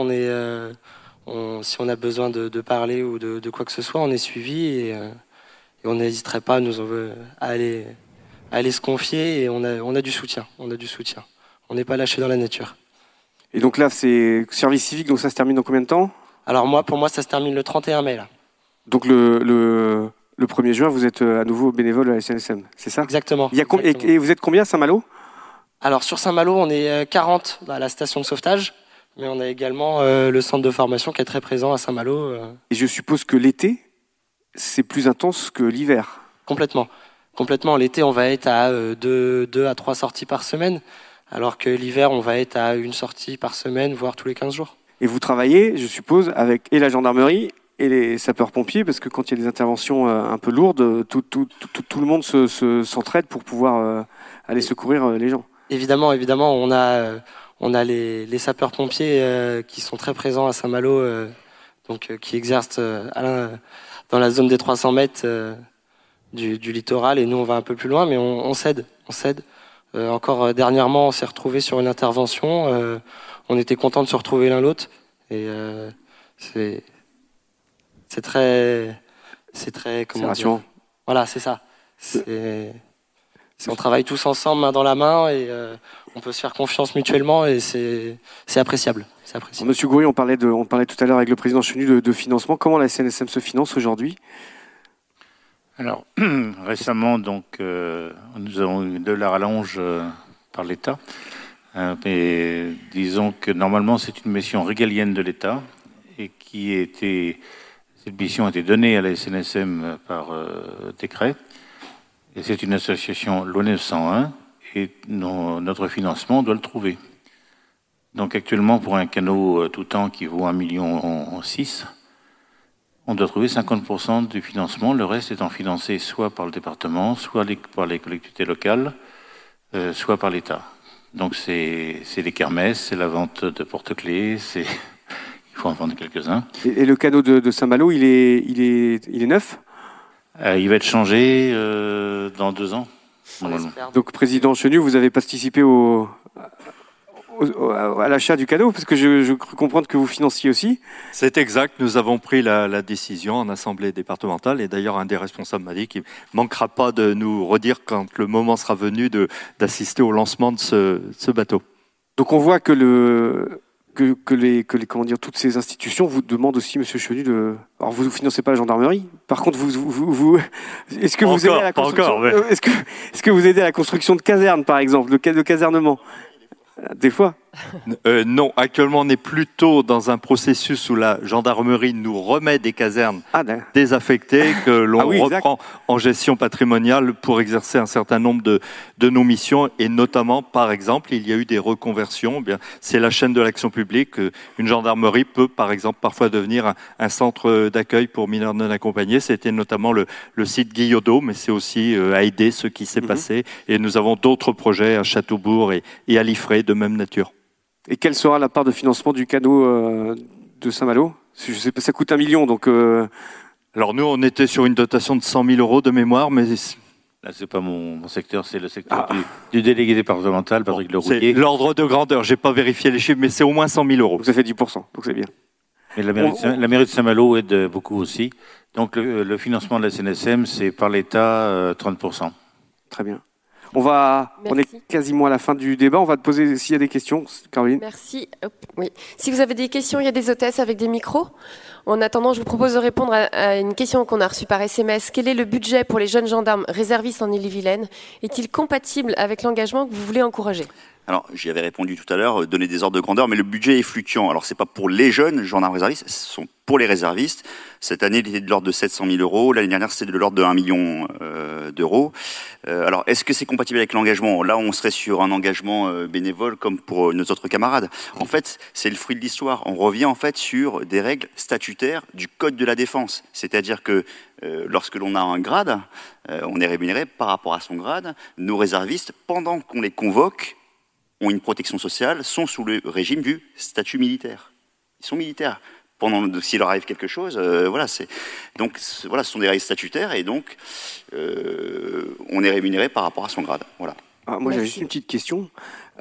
si on a besoin de parler ou de quoi que ce soit, on est suivi et on n'hésiterait pas à aller se confier et on a du soutien. On n'est pas lâché dans la nature. Et donc là, c'est service civique, donc ça se termine dans combien de temps ? Alors pour moi, ça se termine le 31 mai. Là. Donc le 1er juin, vous êtes à nouveau bénévole à la SNSM, c'est ça ? Exactement. Et vous êtes combien à Saint-Malo ? Alors sur Saint-Malo, on est 40 à la station de sauvetage, mais on a également le centre de formation qui est très présent à Saint-Malo. Et je suppose que l'été, c'est plus intense que l'hiver. Complètement. L'été, on va être à 2 à 3 sorties par semaine, alors que l'hiver, on va être à 1 sortie par semaine, voire tous les 15 jours. Et vous travaillez, je suppose, avec et la gendarmerie et les sapeurs-pompiers, parce que quand il y a des interventions un peu lourdes, tout le monde s'entraide pour pouvoir aller secourir les gens. Évidemment, on a les sapeurs-pompiers qui sont très présents à Saint-Malo, qui exercent dans la zone des 300 mètres du littoral, et nous on va un peu plus loin, mais on s'aide. Encore dernièrement, on s'est retrouvés sur une intervention. On était contents de se retrouver l'un l'autre, et c'est très comment dire, rassurant. Voilà, c'est ça. On travaille tous ensemble, main dans la main, et on peut se faire confiance mutuellement, et c'est appréciable. Monsieur Goury, on parlait tout à l'heure avec le président Chenu de financement. Comment la SNSM se finance aujourd'hui ? Alors, récemment, nous avons eu de la rallonge par l'État. Mais disons que normalement, c'est une mission régalienne de l'État. et cette mission a été donnée à la SNSM par décret. Et c'est une association loi 901 et notre financement doit le trouver. Donc actuellement, pour un canot tout temps qui vaut 1,6 million, on doit trouver 50% du financement, le reste étant financé soit par le département, soit par les collectivités locales, soit par l'État. Donc c'est les kermesses, c'est la vente de porte-clés, il faut en vendre quelques-uns. Et le canot de Saint-Malo, il est neuf ? Il va être changé dans 2 ans, normalement. Donc, Président Chenu, vous avez participé à l'achat du canot, parce que je cru comprendre que vous financiez aussi. C'est exact, nous avons pris la décision en assemblée départementale, et d'ailleurs un des responsables m'a dit qu'il ne manquera pas de nous redire quand le moment sera venu d'assister au lancement de ce bateau. Donc on voit que toutes ces institutions vous demandent aussi, Monsieur Chenu, alors vous ne financez pas la gendarmerie. Par contre, est-ce que vous aidez à la construction, est-ce que vous aidez à la construction de casernes, par exemple, de casernement? Des fois. Non, actuellement on est plutôt dans un processus où la gendarmerie nous remet des casernes désaffectées que l'on reprend en gestion patrimoniale pour exercer un certain nombre de nos missions, et notamment, par exemple, il y a eu des reconversions. C'est la chaîne de l'action publique. Une gendarmerie peut, par exemple, parfois devenir un centre d'accueil pour mineurs non accompagnés. C'était notamment le site Guyaudot, mais c'est aussi à aider ce qui s'est passé. Et nous avons d'autres projets à Châteaubourg et à Liffré de même nature. Et quelle sera la part de financement du canot de Saint-Malo? Je sais pas, ça coûte 1 million, donc... Alors nous, on était sur une dotation de 100 000 euros de mémoire, mais... Là, c'est pas mon secteur, c'est le secteur du délégué départemental, Patrick Lerouillet. C'est l'ordre de grandeur, j'ai pas vérifié les chiffres, mais c'est au moins 100 000 euros. Donc ça fait 10%, donc c'est bien. Mais la mairie de Saint-Malo aide beaucoup aussi. Donc le financement de la SNSM, c'est par l'État 30%. Très bien. On est quasiment à la fin du débat. On va te poser s'il y a des questions, Caroline. Merci. Oui. Si vous avez des questions, il y a des hôtesses avec des micros. En attendant, je vous propose de répondre à une question qu'on a reçue par SMS. Quel est le budget pour les jeunes gendarmes réservistes en Ille-et-Vilaine? Est-il compatible avec l'engagement que vous voulez encourager? Alors, j'y avais répondu tout à l'heure, donner des ordres de grandeur, mais le budget est fluctuant. Alors, c'est pas pour les jeunes gendarmes réservistes, ce sont pour les réservistes. Cette année, il était de l'ordre de 700 000 euros. L'année dernière, c'était de l'ordre de 1 million d'euros. Alors, est-ce que c'est compatible avec l'engagement? Là, on serait sur un engagement bénévole comme pour nos autres camarades. En fait, c'est le fruit de l'histoire. On revient en fait sur des règles statutaires du Code de la défense. C'est-à-dire que lorsque l'on a un grade, on est rémunéré par rapport à son grade. Nos réservistes, pendant qu'on les convoque, ont une protection sociale, sont sous le régime du statut militaire. Ils sont militaires. S'il leur arrive quelque chose, ce sont des règles statutaires, et donc on est rémunéré par rapport à son grade. Voilà. Moi, j'avais juste une petite question.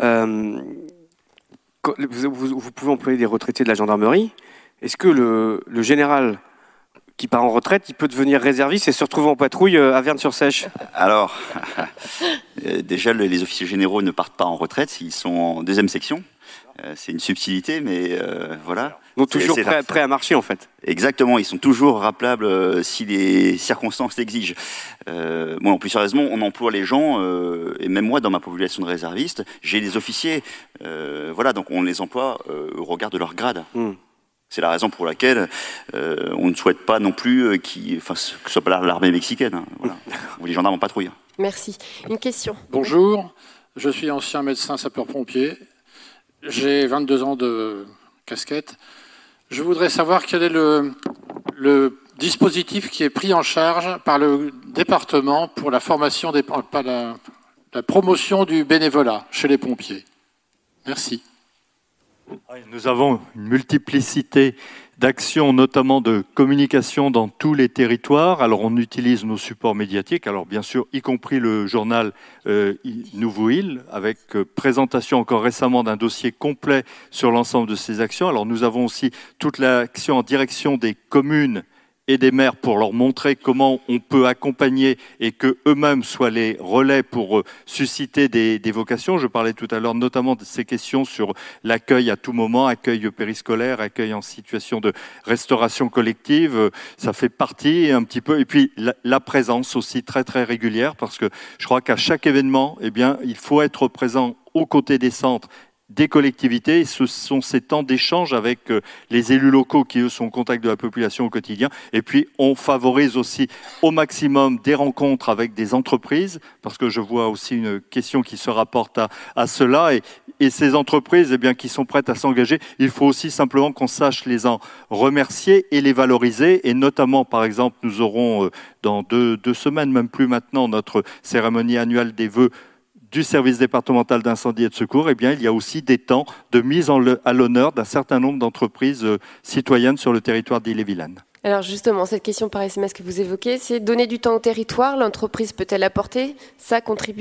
Vous pouvez employer des retraités de la gendarmerie. Est-ce que le général qui part en retraite, il peut devenir réserviste et se retrouver en patrouille à Verne-sur-Sèche? Alors, déjà, les officiers généraux ne partent pas en retraite, ils sont en deuxième section. C'est une subtilité, mais voilà. Donc toujours prêts à marcher, en fait. Exactement, ils sont toujours rappelables si les circonstances l'exigent. Plus sérieusement, on emploie les gens, et même moi, dans ma population de réservistes, j'ai des officiers, donc on les emploie au regard de leur grade. C'est la raison pour laquelle on ne souhaite pas non plus que ce soit pas l'armée mexicaine, où les gendarmes en patrouille. Merci. Une question. Bonjour, je suis ancien médecin sapeur-pompier. J'ai 22 ans de casquette. Je voudrais savoir quel est le dispositif qui est pris en charge par le département pour la formation, la promotion du bénévolat chez les pompiers. Merci. Nous avons une multiplicité d'actions, notamment de communication dans tous les territoires. Alors on utilise nos supports médiatiques, alors bien sûr y compris le journal Nouveau Île, avec présentation encore récemment d'un dossier complet sur l'ensemble de ces actions. Alors nous avons aussi toute l'action en direction des communes et des maires pour leur montrer comment on peut accompagner et qu'eux-mêmes soient les relais pour susciter des vocations. Je parlais tout à l'heure notamment de ces questions sur l'accueil à tout moment, accueil périscolaire, accueil en situation de restauration collective. Ça fait partie un petit peu. Et puis la présence aussi très très régulière, parce que je crois qu'à chaque événement, il faut être présent aux côtés des centres des collectivités. Et ce sont ces temps d'échange avec les élus locaux qui, eux, sont au contact de la population au quotidien. Et puis, on favorise aussi au maximum des rencontres avec des entreprises, parce que je vois aussi une question qui se rapporte à cela. Et ces entreprises eh bien, qui sont prêtes à s'engager, il faut aussi simplement qu'on sache les en remercier et les valoriser. Et notamment, par exemple, nous aurons dans deux semaines, même plus maintenant, notre cérémonie annuelle des vœux du service départemental d'incendie et de secours. Eh bien, il y a aussi des temps de mise à l'honneur d'un certain nombre d'entreprises citoyennes sur le territoire d'Ille-et-Vilaine. Alors justement, cette question par SMS que vous évoquez, c'est donner du temps au territoire. L'entreprise peut-elle apporter sa contribution ?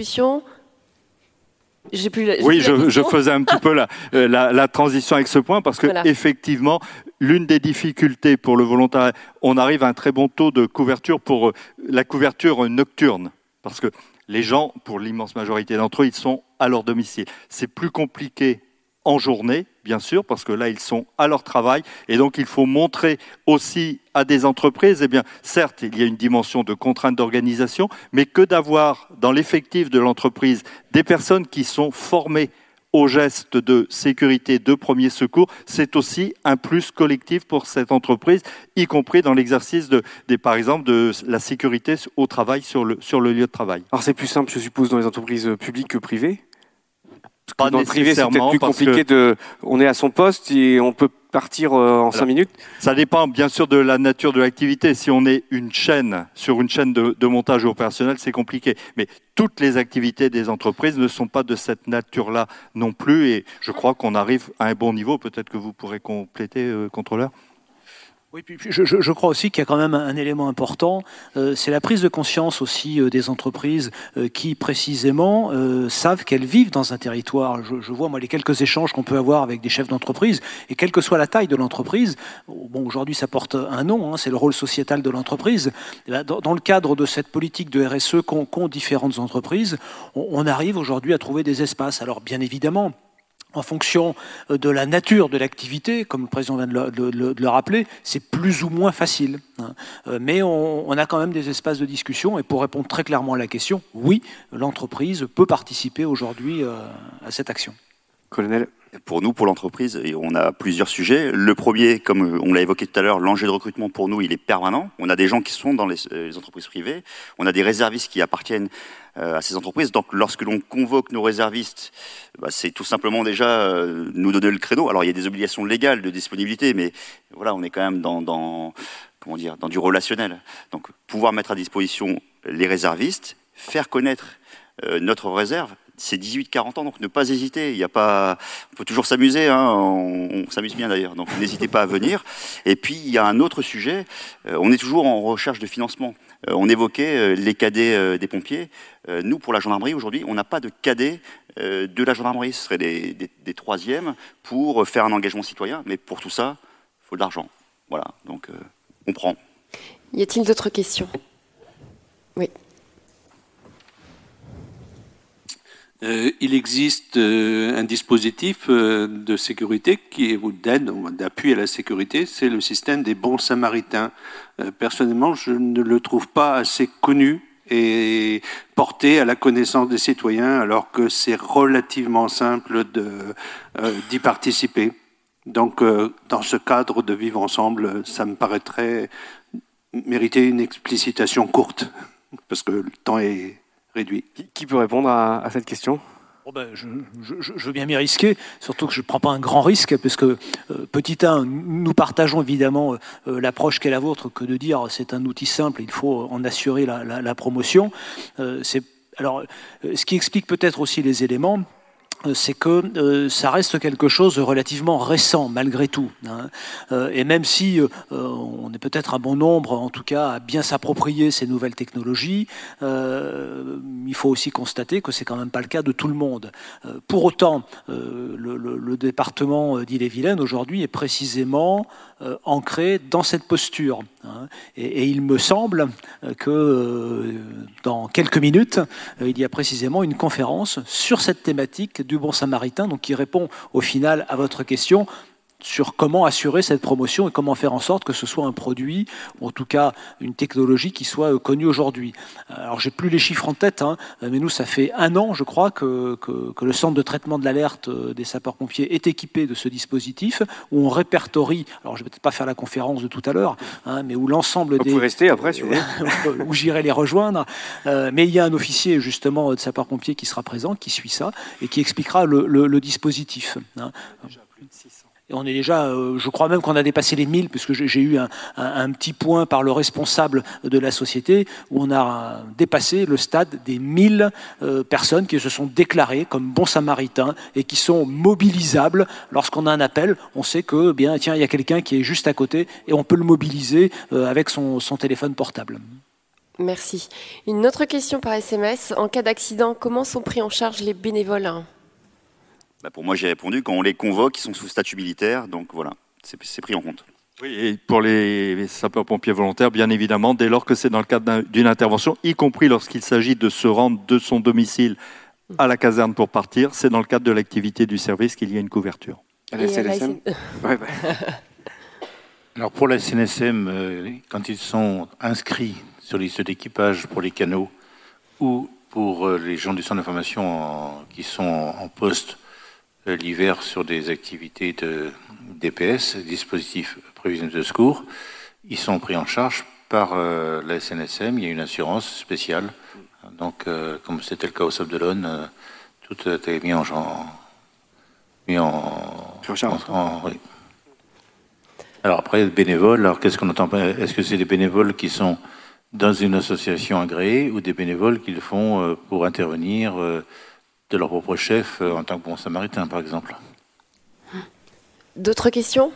Oui, je faisais un petit peu la transition avec ce point parce que voilà. Effectivement, l'une des difficultés pour le volontariat, on arrive à un très bon taux de couverture pour la couverture nocturne parce que les gens, pour l'immense majorité d'entre eux, ils sont à leur domicile. C'est plus compliqué en journée, bien sûr, parce que là, ils sont à leur travail. Et donc, il faut montrer aussi à des entreprises, eh bien, certes, il y a une dimension de contrainte d'organisation, mais que d'avoir dans l'effectif de l'entreprise des personnes qui sont formées aux gestes de sécurité, de premier secours, c'est aussi un plus collectif pour cette entreprise, y compris dans l'exercice par exemple, de la sécurité au travail sur le lieu de travail. Alors, c'est plus simple, je suppose, dans les entreprises publiques que privées ? Pas dans le privé, c'est peut-être plus compliqué on est à son poste et on peut partir en 5 minutes. Ça dépend bien sûr de la nature de l'activité. Si on est sur une chaîne de montage opérationnel, c'est compliqué. Mais toutes les activités des entreprises ne sont pas de cette nature-là non plus. Et je crois qu'on arrive à un bon niveau. Peut-être que vous pourrez compléter, contrôleur. Oui, puis je crois aussi qu'il y a quand même un élément important, c'est la prise de conscience aussi des entreprises qui précisément savent qu'elles vivent dans un territoire. Je vois moi les quelques échanges qu'on peut avoir avec des chefs d'entreprise, et quelle que soit la taille de l'entreprise, bon aujourd'hui ça porte un nom, hein, c'est le rôle sociétal de l'entreprise. Dans le cadre de cette politique de RSE qu'ont différentes entreprises, on arrive aujourd'hui à trouver des espaces. Alors bien évidemment, en fonction de la nature de l'activité, comme le président vient de le rappeler, c'est plus ou moins facile. Mais on a quand même des espaces de discussion. Et pour répondre très clairement à la question, oui, l'entreprise peut participer aujourd'hui à cette action. Colonel ? Pour nous, pour l'entreprise, on a plusieurs sujets. Le premier, comme on l'a évoqué tout à l'heure, l'enjeu de recrutement pour nous, il est permanent. On a des gens qui sont dans les entreprises privées. On a des réservistes qui appartiennent à ces entreprises. Donc, lorsque l'on convoque nos réservistes, c'est tout simplement déjà nous donner le créneau. Alors, il y a des obligations légales de disponibilité, mais voilà, on est quand même dans du relationnel. Donc, pouvoir mettre à disposition les réservistes, faire connaître notre réserve. C'est 18-40 ans, donc ne pas hésiter. On peut toujours s'amuser, hein, on s'amuse bien d'ailleurs, donc n'hésitez pas à venir. Et puis il y a un autre sujet, on est toujours en recherche de financement. On évoquait les cadets des pompiers. Nous, pour la gendarmerie, aujourd'hui, on n'a pas de cadets de la gendarmerie. Ce serait des troisièmes pour faire un engagement citoyen, mais pour tout ça, il faut de l'argent. Voilà, donc on prend. Y a-t-il d'autres questions ? Oui. Il existe un dispositif de sécurité ou d'aide, d'appui à la sécurité, c'est le système des bons samaritains. Personnellement, je ne le trouve pas assez connu et porté à la connaissance des citoyens, alors que c'est relativement simple d'y participer. Donc, dans ce cadre de vivre ensemble, ça me paraîtrait mériter une explicitation courte, parce que le temps est réduit. Qui peut répondre à cette question ? Je veux bien m'y risquer, surtout que je ne prends pas un grand risque, parce que, petit 1, nous partageons évidemment l'approche qu'est la vôtre, que de dire c'est un outil simple, il faut en assurer la promotion. Alors, ce qui explique peut-être aussi les éléments, c'est que ça reste quelque chose de relativement récent, malgré tout. Et même si on est peut-être un bon nombre, en tout cas, à bien s'approprier ces nouvelles technologies, il faut aussi constater que c'est quand même pas le cas de tout le monde. Pour autant, le département d'Ille-et-Vilaine, aujourd'hui, est précisément ancré dans cette posture. Et il me semble que dans quelques minutes, il y a précisément une conférence sur cette thématique du bon samaritain, donc qui répond au final à votre question. sur comment assurer cette promotion et comment faire en sorte que ce soit un produit, ou en tout cas une technologie qui soit connue aujourd'hui. Alors j'ai plus les chiffres en tête, mais nous ça fait 1 an je crois que le centre de traitement de l'alerte des sapeurs-pompiers est équipé de ce dispositif où on répertorie, alors je vais peut-être pas faire la conférence de tout à l'heure, mais où l'ensemble des... Vous pouvez rester après si vous voulez. où j'irai les rejoindre, mais il y a un officier justement de sapeurs-pompiers qui sera présent, qui suit ça et qui expliquera le dispositif. Et on est déjà, je crois même qu'on a dépassé les 1000, puisque j'ai eu un petit point par le responsable de la société, où on a dépassé le stade des 1000 personnes qui se sont déclarées comme bons samaritains et qui sont mobilisables. Lorsqu'on a un appel, on sait que, bien, tiens, il y a quelqu'un qui est juste à côté et on peut le mobiliser avec son téléphone portable. Merci. Une autre question par SMS. En cas d'accident, comment sont pris en charge les bénévoles ? Pour moi, j'ai répondu, quand on les convoque, ils sont sous statut militaire, donc voilà, c'est pris en compte. Oui, et pour les sapeurs-pompiers volontaires, bien évidemment, dès lors que c'est dans le cadre d'une intervention, y compris lorsqu'il s'agit de se rendre de son domicile à la caserne pour partir, c'est dans le cadre de l'activité du service qu'il y a une couverture. À la CNSM. Alors pour la CNSM, quand ils sont inscrits sur liste d'équipage pour les canaux ou pour les gens du centre d'information qui sont en poste l'hiver sur des activités de DPS, dispositifs prévisionnels de secours, ils sont pris en charge par la SNSM. Il y a une assurance spéciale. Donc, comme c'était le cas au Sable d'Olonne, tout a été mis en charge. Oui. Alors après, bénévoles, alors qu'est-ce qu'on entend? Est-ce que c'est des bénévoles qui sont dans une association agréée ou des bénévoles qui le font pour intervenir de leur propre chef en tant que bon samaritain, par exemple? D'autres questions?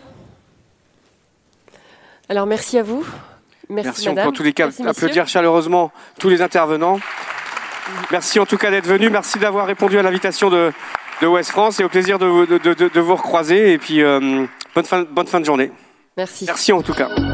Alors, merci à vous. Merci madame. On peut en tous les cas merci, applaudir chaleureusement tous les intervenants. Merci en tout cas d'être venus. Merci d'avoir répondu à l'invitation de Ouest France et au plaisir de vous recroiser. Et puis, bonne fin de journée. Merci. Merci en tout cas.